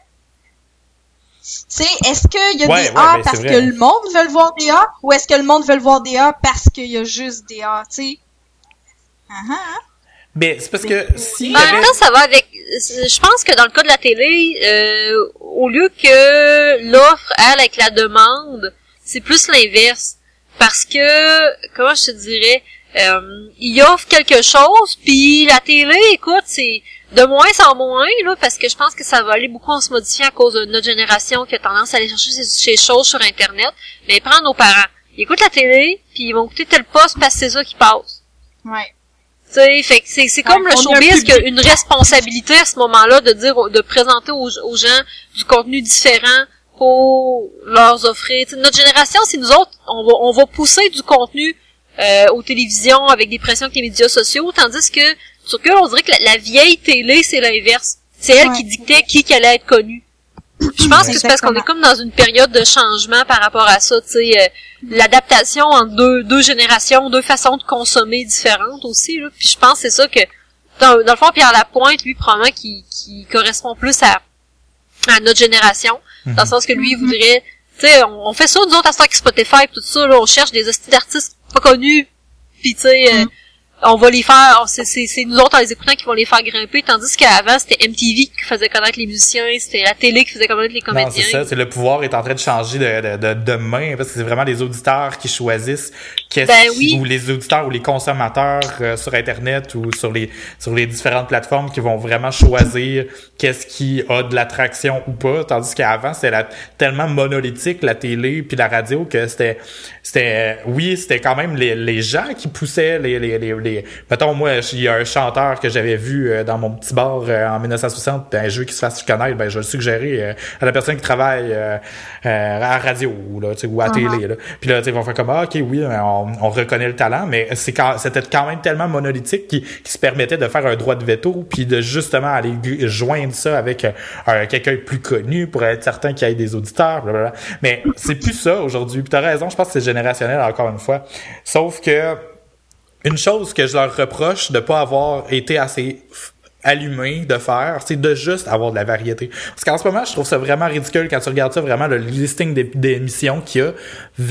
Tu sais, est-ce qu'il y a ouais, des ouais, A ben, parce que le monde veut voir des A ou est-ce que le monde veut voir des A parce qu'il y a juste des A, tu sais? Uh-huh. Mais c'est parce que si... En avait... même temps, ça va avec... Je pense que dans le cas de la télé, euh, au lieu que l'offre aille avec la demande, c'est plus l'inverse. Parce que, comment je te dirais, euh, il offre quelque chose, puis la télé, écoute, c'est de moins en moins, là, parce que je pense que ça va aller beaucoup en se modifiant à cause de notre génération qui a tendance à aller chercher ces choses sur Internet. Mais prends nos parents. Ils écoutent la télé, puis ils vont écouter tel poste parce que c'est ça qui passe. Ouais. Tu sais, fait que c'est, c'est comme ouais, le showbiz qui a une responsabilité à ce moment-là de dire, de présenter aux, aux gens du contenu différent pour leur offrir. T'sais, notre génération, c'est nous autres, on va, on va pousser du contenu euh, aux télévisions avec des pressions avec les médias sociaux, tandis que sur que on dirait que la, la vieille télé, c'est l'inverse. C'est elle ouais. qui dictait qui, qui allait être connu. Je pense que c'est parce qu'on est comme dans une période de changement par rapport à ça, tu sais, euh, l'adaptation entre deux, deux générations, deux façons de consommer différentes aussi, là. Puis je pense que c'est ça que, dans, dans le fond, Pierre Lapointe, lui, probablement, qui, qui correspond plus à, à notre génération, mm-hmm. dans le sens que lui, il voudrait, tu sais, on, on fait ça, nous autres, à Stock Spotify, pis tout ça, là, on cherche des hosties d'artistes pas connus, pis tu sais, mm-hmm. euh, on va les faire, c'est, c'est, c'est nous autres en les écoutant qui vont les faire grimper, tandis qu'avant c'était M T V qui faisait connaître les musiciens, c'était la télé qui faisait connaître les comédiens. Non, c'est ça, c'est le pouvoir est en train de changer de, de, de, de main, parce que c'est vraiment les auditeurs qui choisissent qu'est-ce ben oui. ou les auditeurs ou les consommateurs euh, sur Internet ou sur les sur les différentes plateformes qui vont vraiment choisir qu'est-ce qui a de l'attraction ou pas, tandis qu'avant c'était la, tellement monolithique la télé puis la radio que c'était c'était oui, c'était quand même les, les gens qui poussaient les les les, les mettons moi il y a un chanteur que j'avais vu euh, dans mon petit bar euh, en dix-neuf cent soixante, un jeu qui se fasse connaître, ben je le suggérais euh, à la personne qui travaille euh, euh, à la radio là, tu sais, ou à la uh-huh. télé là. Puis là tu sais ils vont faire comme ah, OK oui, on, on reconnaît le talent, mais c'est quand c'était quand même tellement monolithique qui, qui se permettait de faire un droit de veto puis de justement aller joindre ça avec euh, quelqu'un de plus connu pour être certain qu'il y ait des auditeurs, blablabla. Mais c'est plus ça aujourd'hui. Puis t'as raison, je pense que c'est générationnel encore une fois. Sauf que une chose que je leur reproche de pas avoir été assez f- allumé de faire, c'est de juste avoir de la variété. Parce qu'en ce moment, je trouve ça vraiment ridicule quand tu regardes ça, vraiment le listing des, des émissions qu'il y a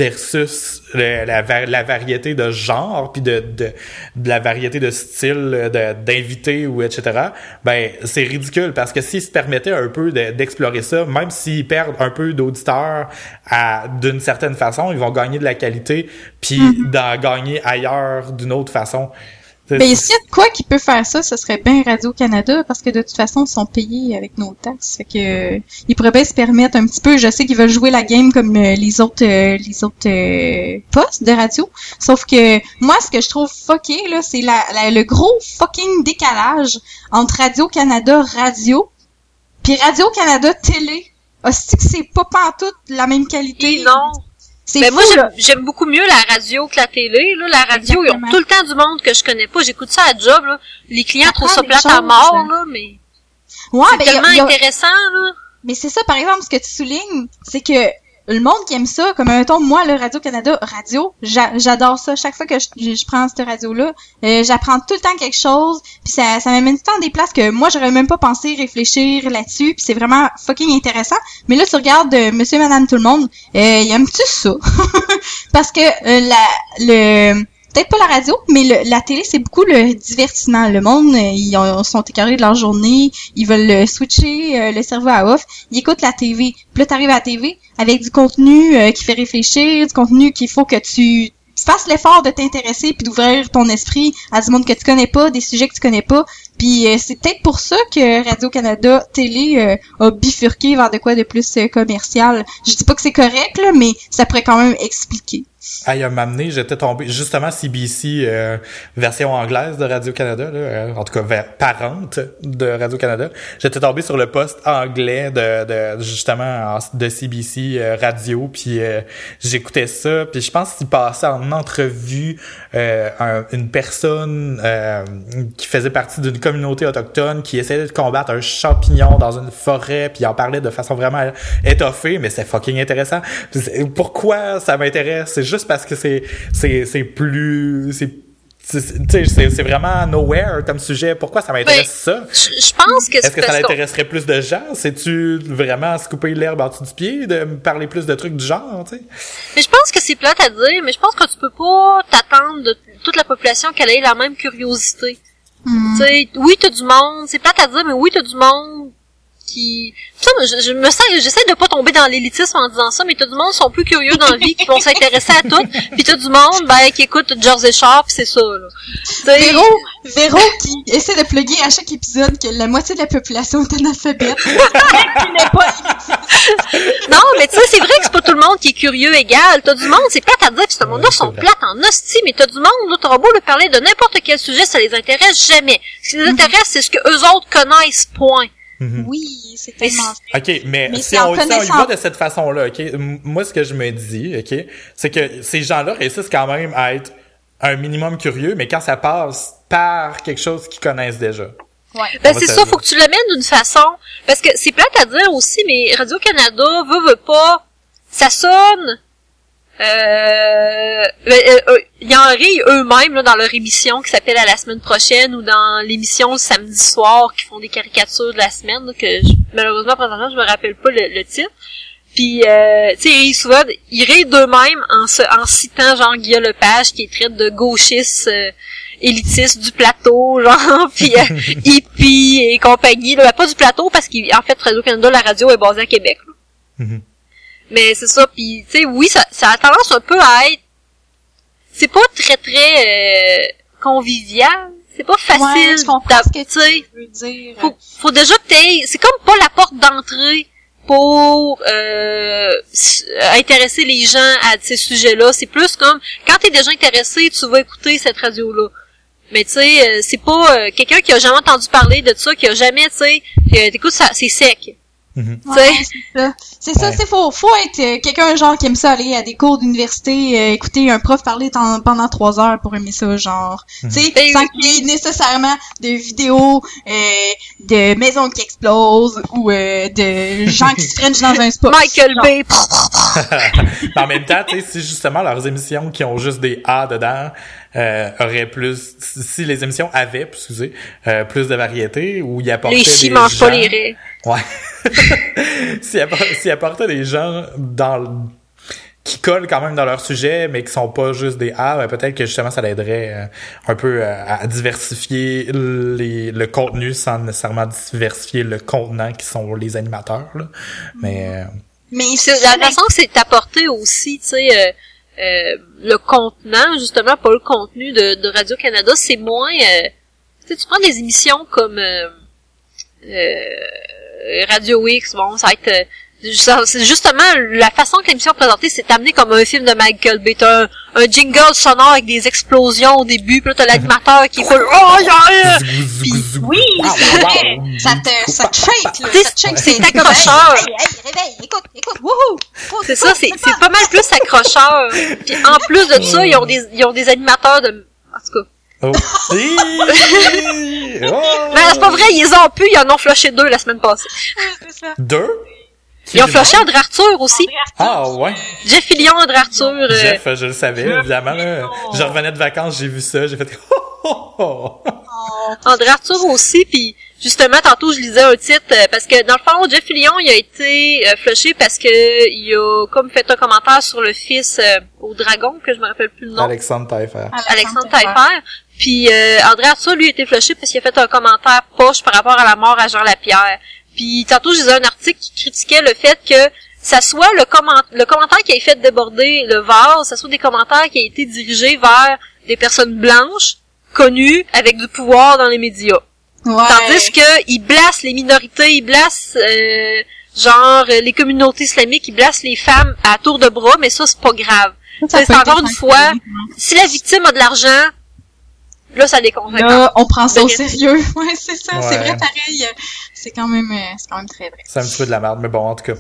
versus le, la, la variété de genre puis de, de, de la variété de style de, d'invités ou et cetera. Ben, c'est ridicule parce que s'ils se permettaient un peu de, d'explorer ça, même s'ils perdent un peu d'auditeurs à, d'une certaine façon, ils vont gagner de la qualité puis mm-hmm. d'en gagner ailleurs d'une autre façon. Ben, s'il y a de quoi qui peut faire ça, ce serait bien Radio-Canada, parce que de toute façon, ils sont payés avec nos taxes. Fait que, euh, ils pourraient bien se permettre un petit peu. Je sais qu'ils veulent jouer la game comme euh, les autres, euh, les autres euh, postes de radio. Sauf que, moi, ce que je trouve fucké, là, c'est la, la, le gros fucking décalage entre Radio-Canada radio, puis Radio-Canada télé. Hostie que c'est pas pantoute la même qualité. Et non. C'est ben fou, moi, j'aime, là. j'aime beaucoup mieux la radio que la télé. Là. La radio, Exactement. ils ont tout le temps du monde que je connais pas. J'écoute ça à job. Là. Les clients Ça trouvent prend ça des plate à choses, mort, hein. là, mais Ouais, c'est ben, tellement y a, y a... intéressant. Là. Mais c'est ça, par exemple, ce que tu soulignes, c'est que le monde qui aime ça, comme mettons, moi, le Radio-Canada, radio, j'a- j'adore ça. Chaque fois que je, je, je prends cette radio-là, euh, j'apprends tout le temps quelque chose, puis ça, ça m'amène tout le temps des places que moi, j'aurais même pas pensé réfléchir là-dessus, puis c'est vraiment fucking intéressant. Mais là, tu regardes euh, Monsieur, Madame, tout le monde, euh, il aime-tu ça? Parce que euh, la le... Peut-être pas la radio, mais le, la télé, c'est beaucoup le divertissement. Le monde, ils ont, sont écœurés de leur journée, ils veulent euh, switcher euh, le cerveau à off, ils écoutent la T V. Puis là, t'arrives à la T V avec du contenu euh, qui fait réfléchir, du contenu qu'il faut que tu fasses l'effort de t'intéresser puis d'ouvrir ton esprit à du monde que tu connais pas, des sujets que tu connais pas. Puis euh, c'est peut-être pour ça que Radio-Canada Télé euh, a bifurqué vers de quoi de plus euh, commercial. Je dis pas que c'est correct, là, mais ça pourrait quand même expliquer. Ah, il m'a amené, j'étais tombé, justement, C B C, euh, version anglaise de Radio-Canada, là, euh, en tout cas, vers, parente de Radio-Canada. J'étais tombé sur le poste anglais de, de justement, de C B C euh, Radio, puis euh, j'écoutais ça, puis je pense qu'il passait en entrevue euh, un, une personne euh, qui faisait partie d'une communauté autochtone qui essayait de combattre un champignon dans une forêt, puis il en parlait de façon vraiment étoffée, mais c'est fucking intéressant. Pourquoi ça m'intéresse? C'est juste parce que c'est c'est c'est plus c'est tu sais c'est c'est vraiment nowhere comme sujet. Pourquoi ça m'intéresse ben, ça? Je pense que c'est Est-ce que ça intéresserait plus de gens? C'est-tu vraiment se couper l'herbe en dessous du pied de me parler plus de trucs du genre, tu sais? Mais je pense que c'est plate à dire, mais je pense que tu peux pas t'attendre de toute la population qu'elle ait la même curiosité. Mm. Tu sais, oui, t'as du monde, c'est plate à dire, mais oui, t'as du monde qui... Ça, je, je me sens, j'essaie de pas tomber dans l'élitisme en disant ça, mais t'as du monde qui sont plus curieux dans la vie, qui vont s'intéresser à tout, puis t'as du monde, ben, qui écoute Jersey Shore, pis c'est ça, là. T'sais... Véro, Véro qui essaie de plugger à chaque épisode que la moitié de la population est analphabète. Qui n'est pas élitiste. Non, mais tu sais, c'est vrai que c'est pas tout le monde qui est curieux égal. T'as du monde, c'est plate à dire, pis ce monde-là ouais, sont plates en hostie, mais t'as du monde, là, t'auras beau leur parler de n'importe quel sujet, ça les intéresse jamais. Ce qui les intéresse, c'est ce que eux autres connaissent, point. Mm-hmm. Oui, c'est tellement... OK, mais, mais si on, si on y va de cette façon-là, OK, m- moi, ce que je me dis, OK, c'est que ces gens-là réussissent quand même à être un minimum curieux, mais quand ça passe par quelque chose qu'ils connaissent déjà. Ouais. Ben, c'est ça, faut que tu l'amènes d'une façon, parce que c'est plate à dire aussi, mais Radio-Canada veut, veut pas, ça sonne, euh, euh, euh, ils en rient eux-mêmes, là, dans leur émission qui s'appelle À la semaine prochaine, ou dans l'émission le samedi soir qui font des caricatures de la semaine, là, que je, malheureusement, présentement, je me rappelle pas le, le titre. Puis, euh, tu sais, ils rient souvent, ils rient d'eux-mêmes en, se, en citant, genre, Guillaume Lepage, qui est traité de gauchiste, euh, élitistes du plateau, genre, puis euh, hippies et compagnie. Là, pas du plateau parce qu'en fait, Radio-Canada, la radio est basée à Québec. Mm-hmm. Mais c'est ça, puis tu sais, oui, ça, ça a tendance un peu à être... C'est pas très, très euh, convivial. C'est pas facile. Ouais, je comprends ce que tu veux dire. Faut, faut déjà que t'aies... C'est comme pas la porte d'entrée pour euh, intéresser les gens à ces sujets-là. C'est plus comme, quand t'es déjà intéressé, tu vas écouter cette radio-là. Mais tu sais, c'est pas euh, quelqu'un qui a jamais entendu parler de ça, qui a jamais, tu sais, euh, t'écoutes ça, c'est sec. Mm-hmm. Ouais, c'est ça. C'est ça, ouais. c'est faut, faut être euh, quelqu'un genre qui aime ça aller à des cours d'université, euh, écouter un prof parler ten, pendant trois heures pour aimer ça, genre. Mm-hmm. Tu sais, sans qu'il y ait nécessairement de vidéos euh, de maisons qui explosent ou euh, de gens qui se frenchent dans un spa. Michael Bay. En même temps, tu sais, si justement leurs émissions qui ont juste des A dedans euh, auraient plus, si les émissions avaient, excusez, euh, plus de variété ou y apportaient les des chies mangent gens... pas les raies. Ouais. S'il si apportait des gens dans qui collent quand même dans leur sujet, mais qui sont pas juste des A, ben peut-être que justement ça l'aiderait euh, un peu euh, à diversifier les, le contenu sans nécessairement diversifier le contenant qui sont les animateurs. Là. Mais euh... mais c'est la façon que c'est apporté aussi, tu sais, euh, euh, le contenant justement, pas le contenu de, de Radio-Canada, c'est moins. Euh, tu sais, tu prends des émissions comme euh, euh, Radio X, bon, ça va être euh, c'est justement la façon que l'émission est présentée, c'est amené comme un film de Michael Bay. T'as un, un jingle sonore avec des explosions au début, puis là t'as l'animateur qui fait oh yeah! Puis, oui, c'est vrai. Ça te ça te shake, là. Ça te shake, c'est accrocheur. Hey, hey, réveille, écoute, écoute, wouhou! C'est ça, c'est c'est pas mal plus accrocheur. Puis en plus de ça, ils ont des ils ont des animateurs de en tout cas. Oh. oh. Mais c'est pas vrai, ils les ont pu, ils en ont flushé deux la semaine passée. Deux? Ils ont flushé André Arthur aussi. Ah ouais. Jeff Fillion, André Arthur. Euh... Jeff, je le savais, évidemment. Là. Je revenais de vacances, j'ai vu ça, j'ai fait oh, oh, oh. André Arthur aussi, puis justement, tantôt je lisais un titre, euh, parce que dans le fond, Jeff Fillion, il a été euh, flushé parce que il a comme fait un commentaire sur le fils euh, au dragon, que je me rappelle plus le nom. Alexandre Taillefer. Alexandre Taillefer. Puis euh, André Arthur, lui, a été flushé parce qu'il a fait un commentaire poche par rapport à la mort à Jean Lapierre. Puis tantôt, je lisais un article qui critiquait le fait que ça soit le, comment- le commentaire qui a fait déborder le vase, ça soit des commentaires qui a été dirigés vers des personnes blanches, connues, avec du pouvoir dans les médias. Ouais. Tandis que ils blassent les minorités, ils blassent euh, genre les communautés islamiques, ils blassent les femmes à tour de bras, mais ça, c'est pas grave. Ça, c'est encore une fois, si la victime a de l'argent, là, ça déconseille. Là, on prend ça au sérieux. Ouais, c'est ça. Ouais. C'est vrai, pareil. C'est quand même, c'est quand même très vrai. C'est un petit peu de la merde, mais bon, en tout cas.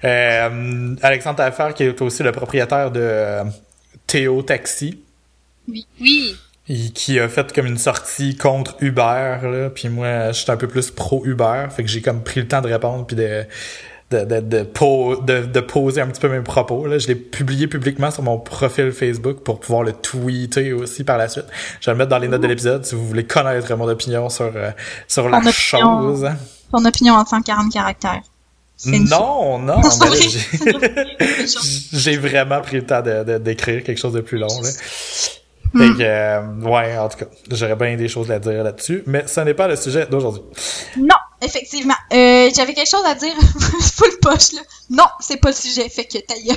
Euh, Alexandre Taillefer, qui est aussi le propriétaire de euh, Théo Taxi. Oui. Oui. Et qui a fait comme une sortie contre Uber, là. Puis moi, je suis un peu plus pro-Uber. Fait que j'ai comme pris le temps de répondre puis de... De, de, de, po- de, de poser un petit peu mes propos. Là. Je l'ai publié publiquement sur mon profil Facebook pour pouvoir le tweeter aussi par la suite. Je vais le mettre dans les notes de l'épisode si vous voulez connaître mon opinion sur, euh, sur la opinion, chose. Ton opinion en cent quarante caractères. Non, non, non ben là, j'ai... j'ai vraiment pris le temps de, de, d'écrire quelque chose de plus long. Là. Fait que, euh, ouais, en tout cas, j'aurais bien des choses à dire là-dessus, mais ce n'est pas le sujet d'aujourd'hui. Non, effectivement. Euh, j'avais quelque chose à dire. Full poche, là. Non, c'est pas le sujet, fait que ta gueule.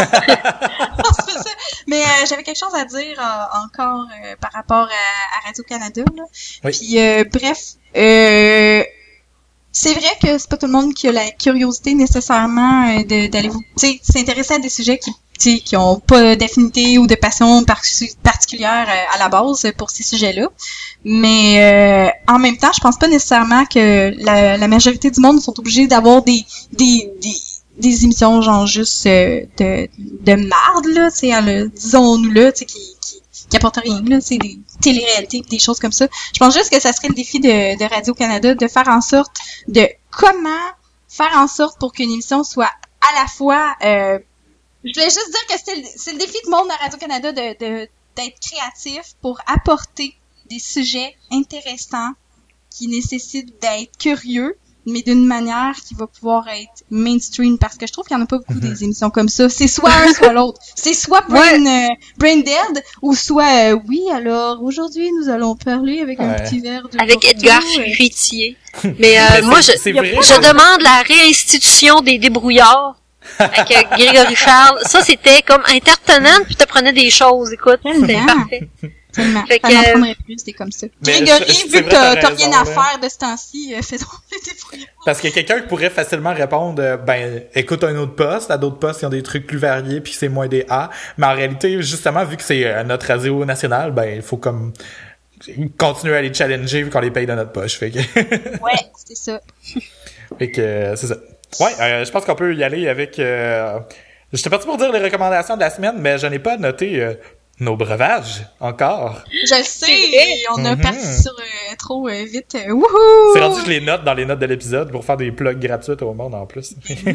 Non, c'est pas ça. Mais euh, j'avais quelque chose à dire euh, encore euh, par rapport à, à Radio-Canada, là. Oui. Puis, euh, bref, euh, c'est vrai que c'est pas tout le monde qui a la curiosité nécessairement euh, de, d'aller vous, tu sais, s'intéresser à des sujets qui T'sais, qui ont pas d'affinité ou de passion par- particulière euh, à la base pour ces sujets-là. Mais euh, en même temps, je pense pas nécessairement que la, la majorité du monde sont obligés d'avoir des des des, des émissions genre juste euh, de de marde là, tu sais, disons-nous là, tu sais, qui, qui qui apportent rien là, c'est des téléréalités, des choses comme ça. Je pense juste que ça serait le défi de, de Radio-Canada de faire en sorte de comment faire en sorte pour qu'une émission soit à la fois euh, je voulais juste dire que c'est le, c'est le défi du monde à Radio-Canada de, de, d'être créatif pour apporter des sujets intéressants qui nécessitent d'être curieux, mais d'une manière qui va pouvoir être mainstream, parce que je trouve qu'il y en a pas beaucoup des émissions comme ça. C'est soit un, soit l'autre. C'est soit Brain, ouais. euh, Brain Dead, ou soit, euh, oui, alors, aujourd'hui, nous allons parler avec ouais. un petit verre de Avec Porto, Edgar euh... Fruitier. Mais, euh, mais moi, je, c'est je demande la réinstitution des débrouillards. Avec euh, Grégory Charles. Ça, c'était comme intertenant, puis t'apprenais des choses, écoute. C'était parfait. Tellement. Fait que, ça m'en prendrait plus, des comme ça. Mais Grégory, je, je, vu que t'as, t'as rien à faire de ce temps-ci, euh, fais donc les débrouillards. Parce qu'il y a quelqu'un qui pourrait facilement répondre, euh, ben, écoute un autre poste, à d'autres postes, ils ont des trucs plus variés, puis c'est moins des A. Mais en réalité, justement, vu que c'est euh, notre radio nationale, ben, il faut comme continuer à les challenger vu qu'on les paye dans notre poche. Fait que... ouais, c'est ça. Fait que, euh, c'est ça. Ouais, euh, je pense qu'on peut y aller avec... Euh... J'étais parti pour dire les recommandations de la semaine, mais je n'ai pas noté euh, nos breuvages encore. Je le sais, on a mm-hmm. parti sur euh, trop euh, vite. Euh, wouhou! C'est rendu que je les note dans les notes de l'épisode pour faire des plugs gratuits au monde en plus.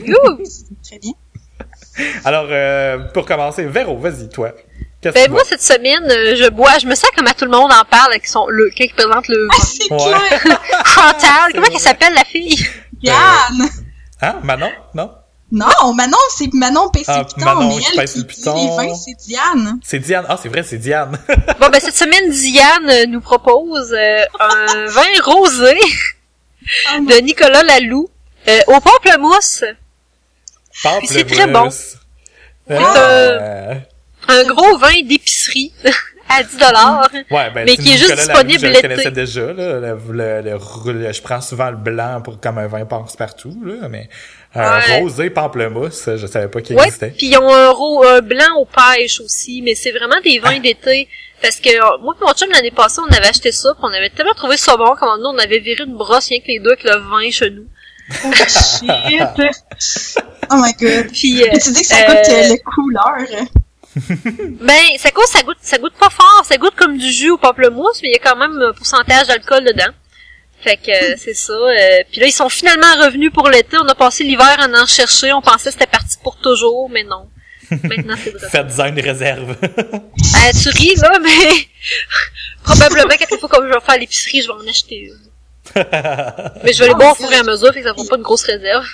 Très bien. Alors, euh, pour commencer, Véro, vas-y, toi. Qu'est-ce ben que moi, cette semaine, euh, je bois, je me sens comme à tout le monde en parle avec son, le, quand il présente le... Ah, c'est ouais. clair! Chantal, comment qu'elle s'appelle, la fille? Yann! Euh... Hein? Manon? Non? Non, Manon, c'est Manon pèse ah, le piton, Manon, mais elle qui dit les vins, c'est Diane. C'est Diane. Ah, c'est vrai, c'est Diane. Bon, ben, cette semaine, Diane euh, nous propose euh, un vin rosé oh, de Nicolas Laloux euh, au pamplemousse. Pamplemousse. C'est très bon. C'est euh... un, un gros vin d'épicerie. À dix dollars. Ouais, ben, mais qui est juste disponible l'été. Je le connaissais déjà, là. Le, le, le, le, je prends souvent le blanc pour comme un vin passe-partout, là, mais un ouais. rosé pamplemousse, je savais pas qu'il ouais, existait. Puis ils ont un, ro- un blanc aux pêches aussi, mais c'est vraiment des vins d'été. Parce que euh, moi et mon chum, l'année passée, on avait acheté ça, puis on avait tellement trouvé ça bon, comme nous, on avait viré une brosse rien que les deux avec le vin chez nous. Oh shit! Oh my god. Puis, euh, tu dis que ça euh, goûte euh, le couleur. Ben, ça goûte, ça goûte, ça goûte pas fort, ça goûte comme du jus au pamplemousse, mais il y a quand même un pourcentage d'alcool dedans. Fait que euh, c'est ça. Euh, puis là, ils sont finalement revenus pour l'été. On a passé l'hiver à en chercher. On pensait que c'était parti pour toujours, mais non. Maintenant, c'est vrai. Faites-en une réserve. euh, tu ris, là, mais probablement quelques fois comme je vais faire l'épicerie, je vais en acheter une. Mais je vais les boire au fur et à mesure, fait que ça fera pas de grosse réserve.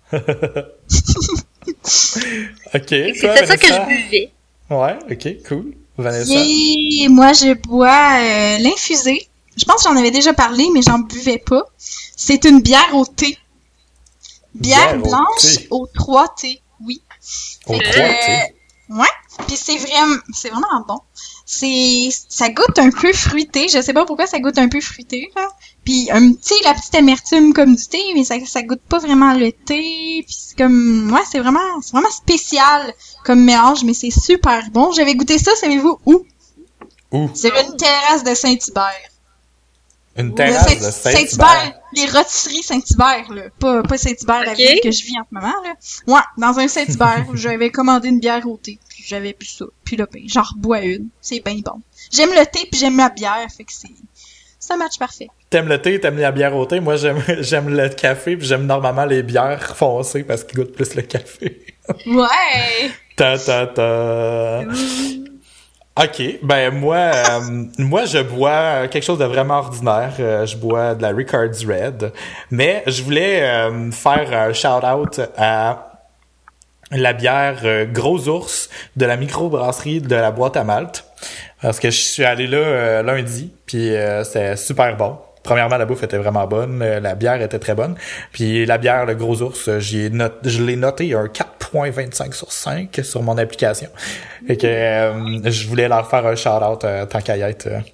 Ok. Et c'était ça que je buvais. Ouais, ok, cool. Vanessa? Et moi, je bois euh, l'infusé. Je pense que j'en avais déjà parlé, mais j'en buvais pas. C'est une bière au thé. Bière, bière blanche au trois thé, oui. Au trois thé? Euh, ouais. Puis c'est vraiment, c'est vraiment bon. C'est, ça goûte un peu fruité. Je sais pas pourquoi ça goûte un peu fruité, là. Puis un petit, la petite amertume comme du thé, mais ça, ça goûte pas vraiment le thé. Puis c'est comme, ouais, c'est vraiment, c'est vraiment spécial comme mélange, mais c'est super bon. J'avais goûté ça, savez-vous où? Où? C'est une terrasse de Saint-Hubert. Une terrasse Saint- de Saint-Hubert? Saint-Hubert. Les rôtisseries Saint-Hubert, là. Pas, pas Saint-Hubert, okay. La ville que je vis en ce moment, là. Ouais, dans un Saint-Hubert, j'avais commandé une bière au thé. Puis j'avais bu ça. Puis là, ben, j'en rebois une. C'est bien bon. J'aime le thé puis j'aime la bière, fait que c'est, c'est un match parfait. T'aimes le thé, t'aimes la bière au thé. Moi, j'aime, j'aime le café puis j'aime normalement les bières foncées parce qu'ils goûtent plus le café. Ouais! ta ta ta. Ok, ben moi, euh, moi je bois quelque chose de vraiment ordinaire. Euh, je bois de la Ricard's Red, mais je voulais euh, faire un shout-out à la bière euh, Gros Ours de la microbrasserie de la Boîte à Malte, parce que je suis allé là euh, lundi, puis euh, c'était super bon. Premièrement, la bouffe était vraiment bonne, la bière était très bonne, puis la bière, le Gros Ours, j'y ai not- je l'ai noté un quatre virgule vingt-cinq sur cinq sur mon application. Fait que euh, je voulais leur faire un shout-out euh, tant qu'à y être. Euh,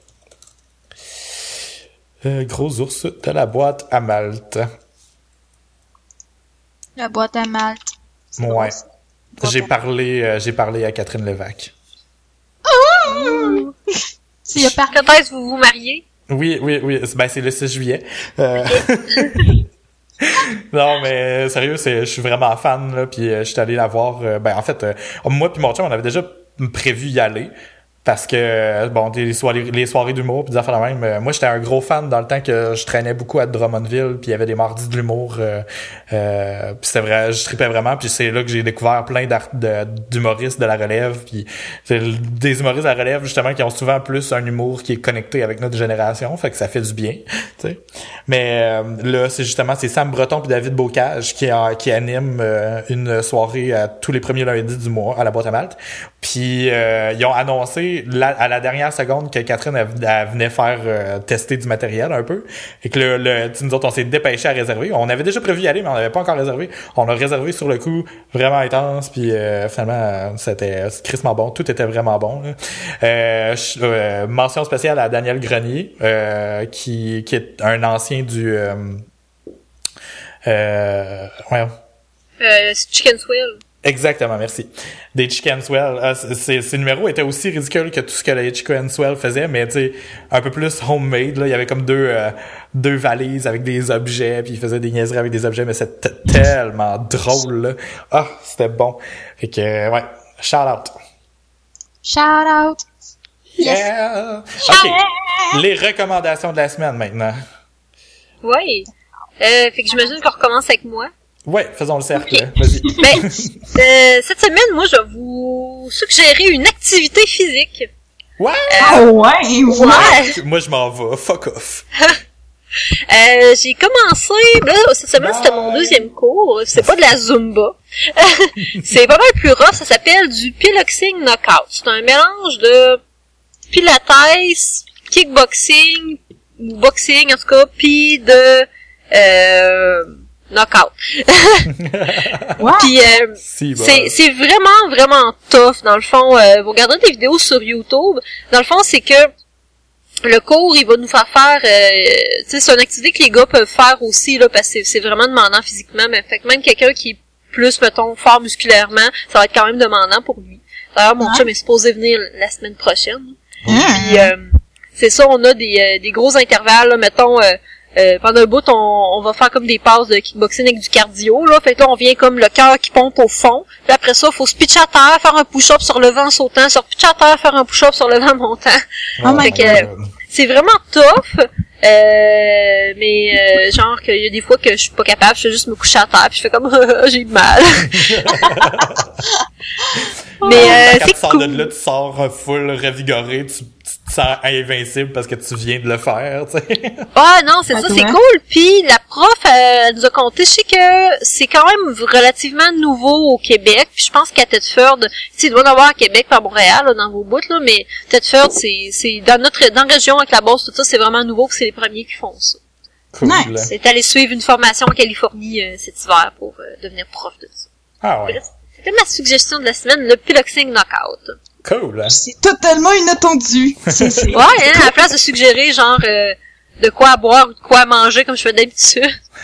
euh, Gros Ours de la Boîte à Malte. La Boîte à Malte. C'est ouais. J'ai parlé, euh, j'ai parlé à Catherine Levac. Oh! Si y a par... Quand est-ce que vous vous mariez? Oui, oui, oui. Ben, c'est le six juillet. Euh... non, mais sérieux, c'est, je suis vraiment fan, là, puis euh, je suis allé la voir. Euh, ben, en fait, euh, moi puis mon chum, on avait déjà prévu y aller. parce que, bon, les soirées, les soirées d'humour pis des affaires de même, euh, moi, j'étais un gros fan dans le temps que je traînais beaucoup à Drummondville, puis il y avait des mardis de l'humour, euh, euh, puis c'était vrai, je tripais vraiment, puis c'est là que j'ai découvert plein d'art, de, d'humoristes de la relève, puis c'est des humoristes de la relève, justement, qui ont souvent plus un humour qui est connecté avec notre génération, fait que ça fait du bien, tu sais. Mais euh, là, c'est justement, c'est Sam Breton puis David Bocage qui, a, qui animent euh, une soirée à tous les premiers lundis du mois à la boîte à Malte. Puis euh, ils ont annoncé la, à la dernière seconde que Catherine elle, elle venait faire euh, tester du matériel un peu. Et que le, le nous autres, on s'est dépêché à réserver. On avait déjà prévu y aller, mais on n'avait pas encore réservé. On a réservé sur le coup, vraiment intense. Puis euh, finalement, c'était crissement bon. Tout était vraiment bon. Là. Euh, euh, mention spéciale à Daniel Grenier, euh, qui, qui est un ancien du... Euh, euh, ouais. Euh, c'est Chicken Swell. Exactement, merci. Des Chicken Swell. Ah, ces, ces numéros étaient aussi ridicules que tout ce que les Chicken Swell faisaient, mais tu sais, un peu plus homemade. Là, il y avait comme deux euh, deux valises avec des objets, puis ils faisaient des niaiseries avec des objets, mais c'était tellement drôle. Là. Ah, c'était bon. Fait que euh, ouais, shout out. Shout out. Yeah. Ok. Les recommandations de la semaine maintenant. Oui. Euh, fait que j'imagine qu'on recommence avec moi. Ouais, faisons le cercle. Okay. Vas-y. Ben, euh, cette semaine, moi, je vais vous suggérer une activité physique. Ouais! Ah euh, ouais, ouais! Moi, je m'en vais. Fuck off. euh, j'ai commencé, là, cette semaine, c'était mon deuxième cours. C'est pas de la Zumba. C'est pas mal plus rough. Ça s'appelle du piloxing knockout. C'est un mélange de pilates, kickboxing, boxing, en tout cas, pis de, euh, knockout. Puis euh, si, bah. c'est c'est vraiment vraiment tough dans le fond. Euh, vous regardez des vidéos sur YouTube. Dans le fond, c'est que le cours, il va nous faire faire. Euh, tu sais, c'est une activité que les gars peuvent faire aussi là, parce que c'est, c'est vraiment demandant physiquement. Mais fait que même quelqu'un qui est plus mettons fort musculairement, ça va être quand même demandant pour lui. D'ailleurs, mon ouais. chum est supposé venir la semaine prochaine. Mmh. Puis euh, c'est ça, on a des euh, des gros intervalles. Là, mettons. Euh, Euh, pendant un bout, on, on va faire comme des passes de kickboxing avec du cardio, là. Fait que là, on vient comme le cœur qui pompe au fond. Puis après ça, il faut se pitcher à terre, faire un push-up sur le vent sautant, se pitcher à terre, faire un push-up sur le vent montant. Oh fait que, euh, c'est vraiment tough. Euh, mais euh, genre qu'il y a des fois que je suis pas capable, je fais juste me coucher à terre, puis je fais comme j'ai mal. Mais euh, quand c'est tu sors cool. de là, tu sors full revigoré, tu, tu te sens invincible parce que tu viens de le faire, tu sais. Ah non, c'est ah, ça, c'est vrai? Cool. Puis la prof elle nous a conté, je sais que c'est quand même relativement nouveau au Québec. Puis je pense qu'à Thetford, tu sais, il doit y en avoir à Québec, pas à Montréal, là, dans vos bouts là, mais Thetford, c'est c'est dans notre dans la région avec la base, tout ça, c'est vraiment nouveau, que c'est les premiers qui font ça. Cool. Nice. C'est allé suivre une formation en Californie euh, cet hiver pour euh, devenir prof de ça. Ah ouais. C'était ma suggestion de la semaine, le piloxing knockout. Cool. Hein? C'est totalement inattendu. C'est, c'est... Ouais, hein, à la place de suggérer genre euh, de quoi boire ou de quoi manger comme je fais d'habitude.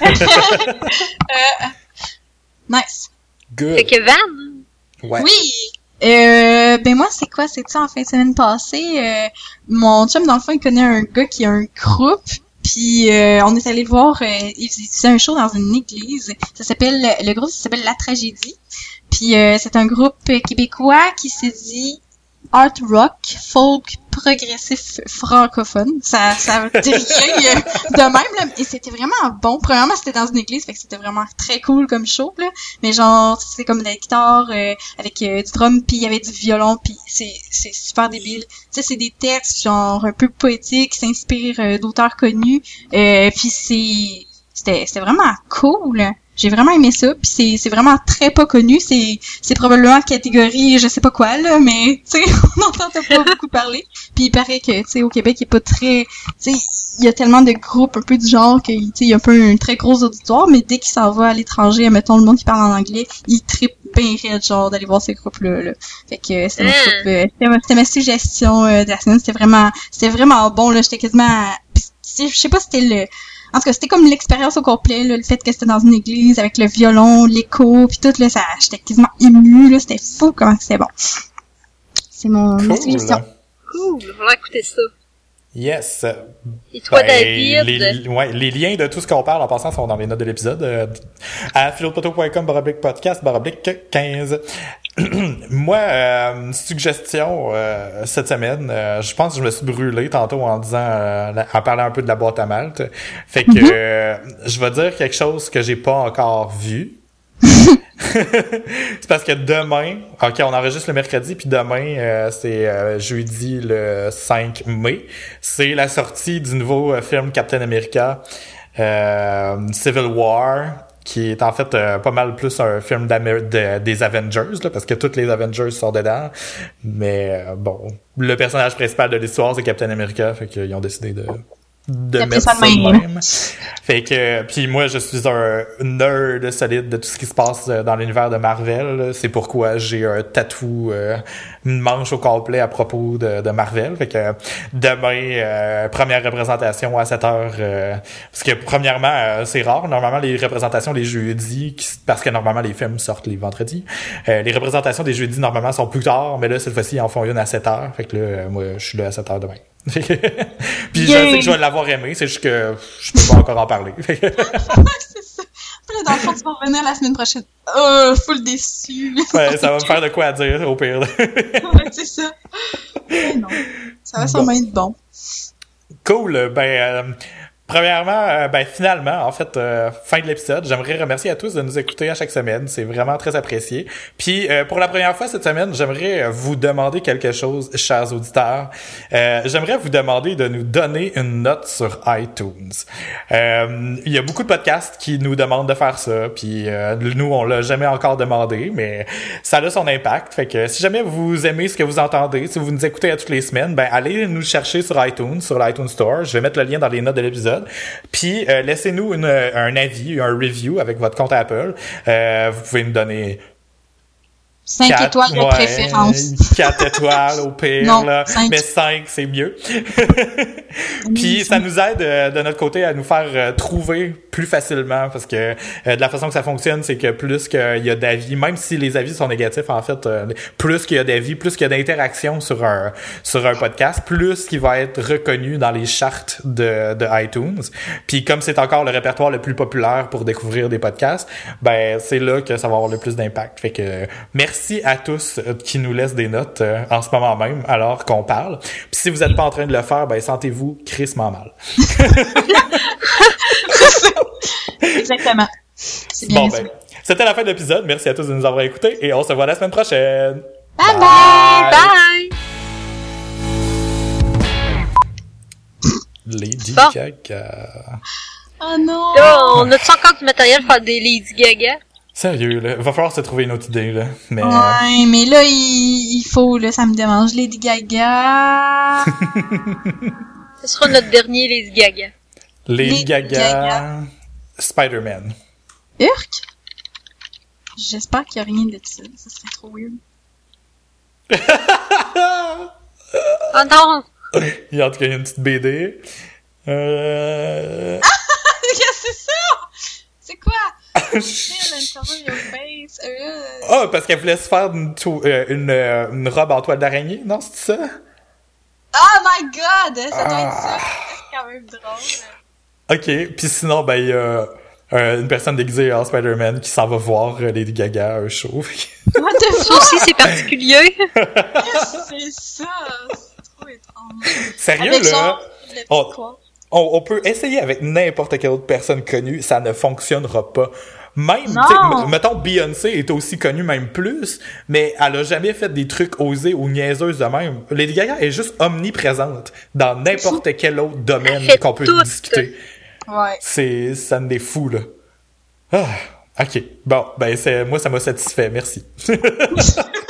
euh, nice. Good. Fait que Van. Ouais. Oui. Euh, ben moi c'est quoi, c'est ça en fin de semaine passée, euh, mon chum dans le fond il connaît un gars qui a un groupe. Puis euh, on est allé le voir, euh, il faisait un show dans une église. Ça s'appelle le groupe ça s'appelle La Tragédie. Puis euh, c'est un groupe québécois qui s'est dit art rock, folk, progressif francophone. Ça ça dit rien de même là. Et c'était vraiment bon. Premièrement c'était dans une église, fait que c'était vraiment très cool comme show là. Mais genre c'était comme de la guitare euh, avec euh, du drum, puis il y avait du violon, puis c'est c'est super débile. Tu sais c'est des textes genre un peu poétiques, qui s'inspirent euh, d'auteurs connus. Euh, puis c'est c'était c'était vraiment cool. J'ai vraiment aimé ça, puis c'est c'est vraiment très pas connu, c'est c'est probablement catégorie je sais pas quoi là, mais tu sais on n'entend pas beaucoup parler. Puis il paraît que tu sais au Québec il est pas très, tu sais il y a tellement de groupes un peu du genre que tu sais il y a un peu un très gros auditoire, mais dès qu'il s'en va à l'étranger, mettons le monde qui parle en anglais, il trippe bien raide genre d'aller voir ces groupes là. là. Fait que c'était, mmh. euh, c'était, ma, c'était ma suggestion euh, de la semaine, c'était vraiment c'était vraiment bon là, j'étais quasiment, je sais pas si c'était le En tout cas, c'était comme l'expérience au complet, là, le fait que c'était dans une église avec le violon, l'écho, puis tout, là, ça, j'étais quasiment émue, là, c'était fou comment c'était bon. C'est mon cool. suggestion. Cool, on va écouter ça. Yes. Et toi, ben, David? Les, ouais, les liens de tout ce qu'on parle en passant sont dans les notes de l'épisode. Euh, à philopoto point com baroblique podcast baroblique quinze. Moi, euh, suggestion euh, cette semaine, euh, je pense que je me suis brûlé tantôt en disant, euh, en parlant un peu de la boîte à malte. Fait que mm-hmm. euh, je vais dire quelque chose que j'ai pas encore vu. C'est parce que demain, ok, on enregistre le mercredi, puis demain, euh, c'est euh, jeudi le cinq mai. C'est la sortie du nouveau euh, film Captain America, euh, Civil War, qui est en fait euh, pas mal plus un film de, des Avengers, là, parce que tous les Avengers sont dedans. Mais euh, bon, le personnage principal de l'histoire, c'est Captain America, fait qu'ils ont décidé de... de mettre ça de même. Fait que, puis moi, je suis un nerd solide de tout ce qui se passe dans l'univers de Marvel. C'est pourquoi j'ai un tatou, euh, une manche au complet à propos de, de Marvel. Fait que demain, euh, première représentation à sept heures. Euh, parce que premièrement, euh, c'est rare. Normalement, les représentations les jeudis, qui, parce que normalement, les films sortent les vendredis. Euh, les représentations des jeudis, normalement, sont plus tard. Mais là, cette fois-ci, ils en font une à sept heures. Fait que là, moi, je suis là à sept heures demain. Puis yeah. Je sais que je vais l'avoir aimé, c'est juste que je peux pas encore en parler. C'est ça. Après, dans le fond, tu vas revenir la semaine prochaine. Oh, full déçu. Ouais, ça va me faire de quoi à dire, au pire. Ouais, c'est ça. Mais non, ça va sûrement être bon. Cool. Ben, euh, premièrement, euh, ben finalement, en fait, euh, fin de l'épisode, j'aimerais remercier à tous de nous écouter à chaque semaine. C'est vraiment très apprécié. Puis, euh, pour la première fois cette semaine, j'aimerais vous demander quelque chose, chers auditeurs. Euh, j'aimerais vous demander de nous donner une note sur iTunes. Euh, il y a beaucoup de podcasts qui nous demandent de faire ça. Puis, euh, nous, on l'a jamais encore demandé, mais ça a son impact. Fait que si jamais vous aimez ce que vous entendez, si vous nous écoutez à toutes les semaines, ben allez nous chercher sur iTunes, sur l'iTunes Store. Je vais mettre le lien dans les notes de l'épisode. Puis, euh, laissez-nous une, un avis, un review avec votre compte Apple. Euh, vous pouvez me donner... cinq quatre, étoiles de ouais, préférence. quatre étoiles au pire, non, là. cinq. Mais cinq, c'est mieux. Puis, ça nous aide euh, de notre côté à nous faire euh, trouver plus facilement parce que euh, de la façon que ça fonctionne, c'est que plus qu'il y a d'avis, même si les avis sont négatifs, en fait, euh, plus qu'il y a d'avis, plus qu'il y a d'interactions sur un sur un podcast, plus qu'il va être reconnu dans les charts de, de iTunes. Puis, comme c'est encore le répertoire le plus populaire pour découvrir des podcasts, ben c'est là que ça va avoir le plus d'impact. Fait que merci. Merci à tous qui nous laissent des notes euh, en ce moment même, alors qu'on parle. Puis si vous n'êtes pas en train de le faire, ben sentez-vous crissement mal. Exactement. C'est bien bon, ben, c'était la fin de l'épisode. Merci à tous de nous avoir écoutés et on se voit la semaine prochaine. Bye bye! Bye! Lady bon. Gaga. Oh non! Là, on a-tu encore du matériel pour faire des Lady Gaga? Sérieux, là. Va falloir se trouver une autre idée, là. Mais, ouais, euh... mais là, il, il faut, là, ça me dérange. Lady Gaga. Ce sera notre dernier Lady Gaga. Lady, Lady Gaga. Gaga. Spider-Man. Urk? J'espère qu'il n'y a rien de ça. Ça serait trop weird. Oh non! Il y a en tout cas une petite B D. Euh... Qu'est-ce que c'est ça? C'est quoi? Ah, oh, parce qu'elle voulait se faire une, to- euh, une, euh, une robe en toile d'araignée, non, c'est ça? Oh my god! Ça doit ah. être ça. C'est quand même drôle. Ok, puis sinon, ben, il y a euh, une personne déguisée en Spider-Man qui s'en va voir euh, Lady Gaga à un show. Ça aussi, c'est particulier. C'est ça. C'est trop étrange. Sérieux, avec là? On, on, on peut essayer avec n'importe quelle autre personne connue, ça ne fonctionnera pas. Même, m- mettons, Beyoncé est aussi connue, même plus, mais elle a jamais fait des trucs osés ou niaiseuses de même. Lady Gaga est juste omniprésente dans n'importe quel autre domaine qu'on peut tout. discuter. Ouais. C'est, ça me des fous, là. Ah, ok. Bon, ben, c'est, moi, ça m'a satisfait. Merci.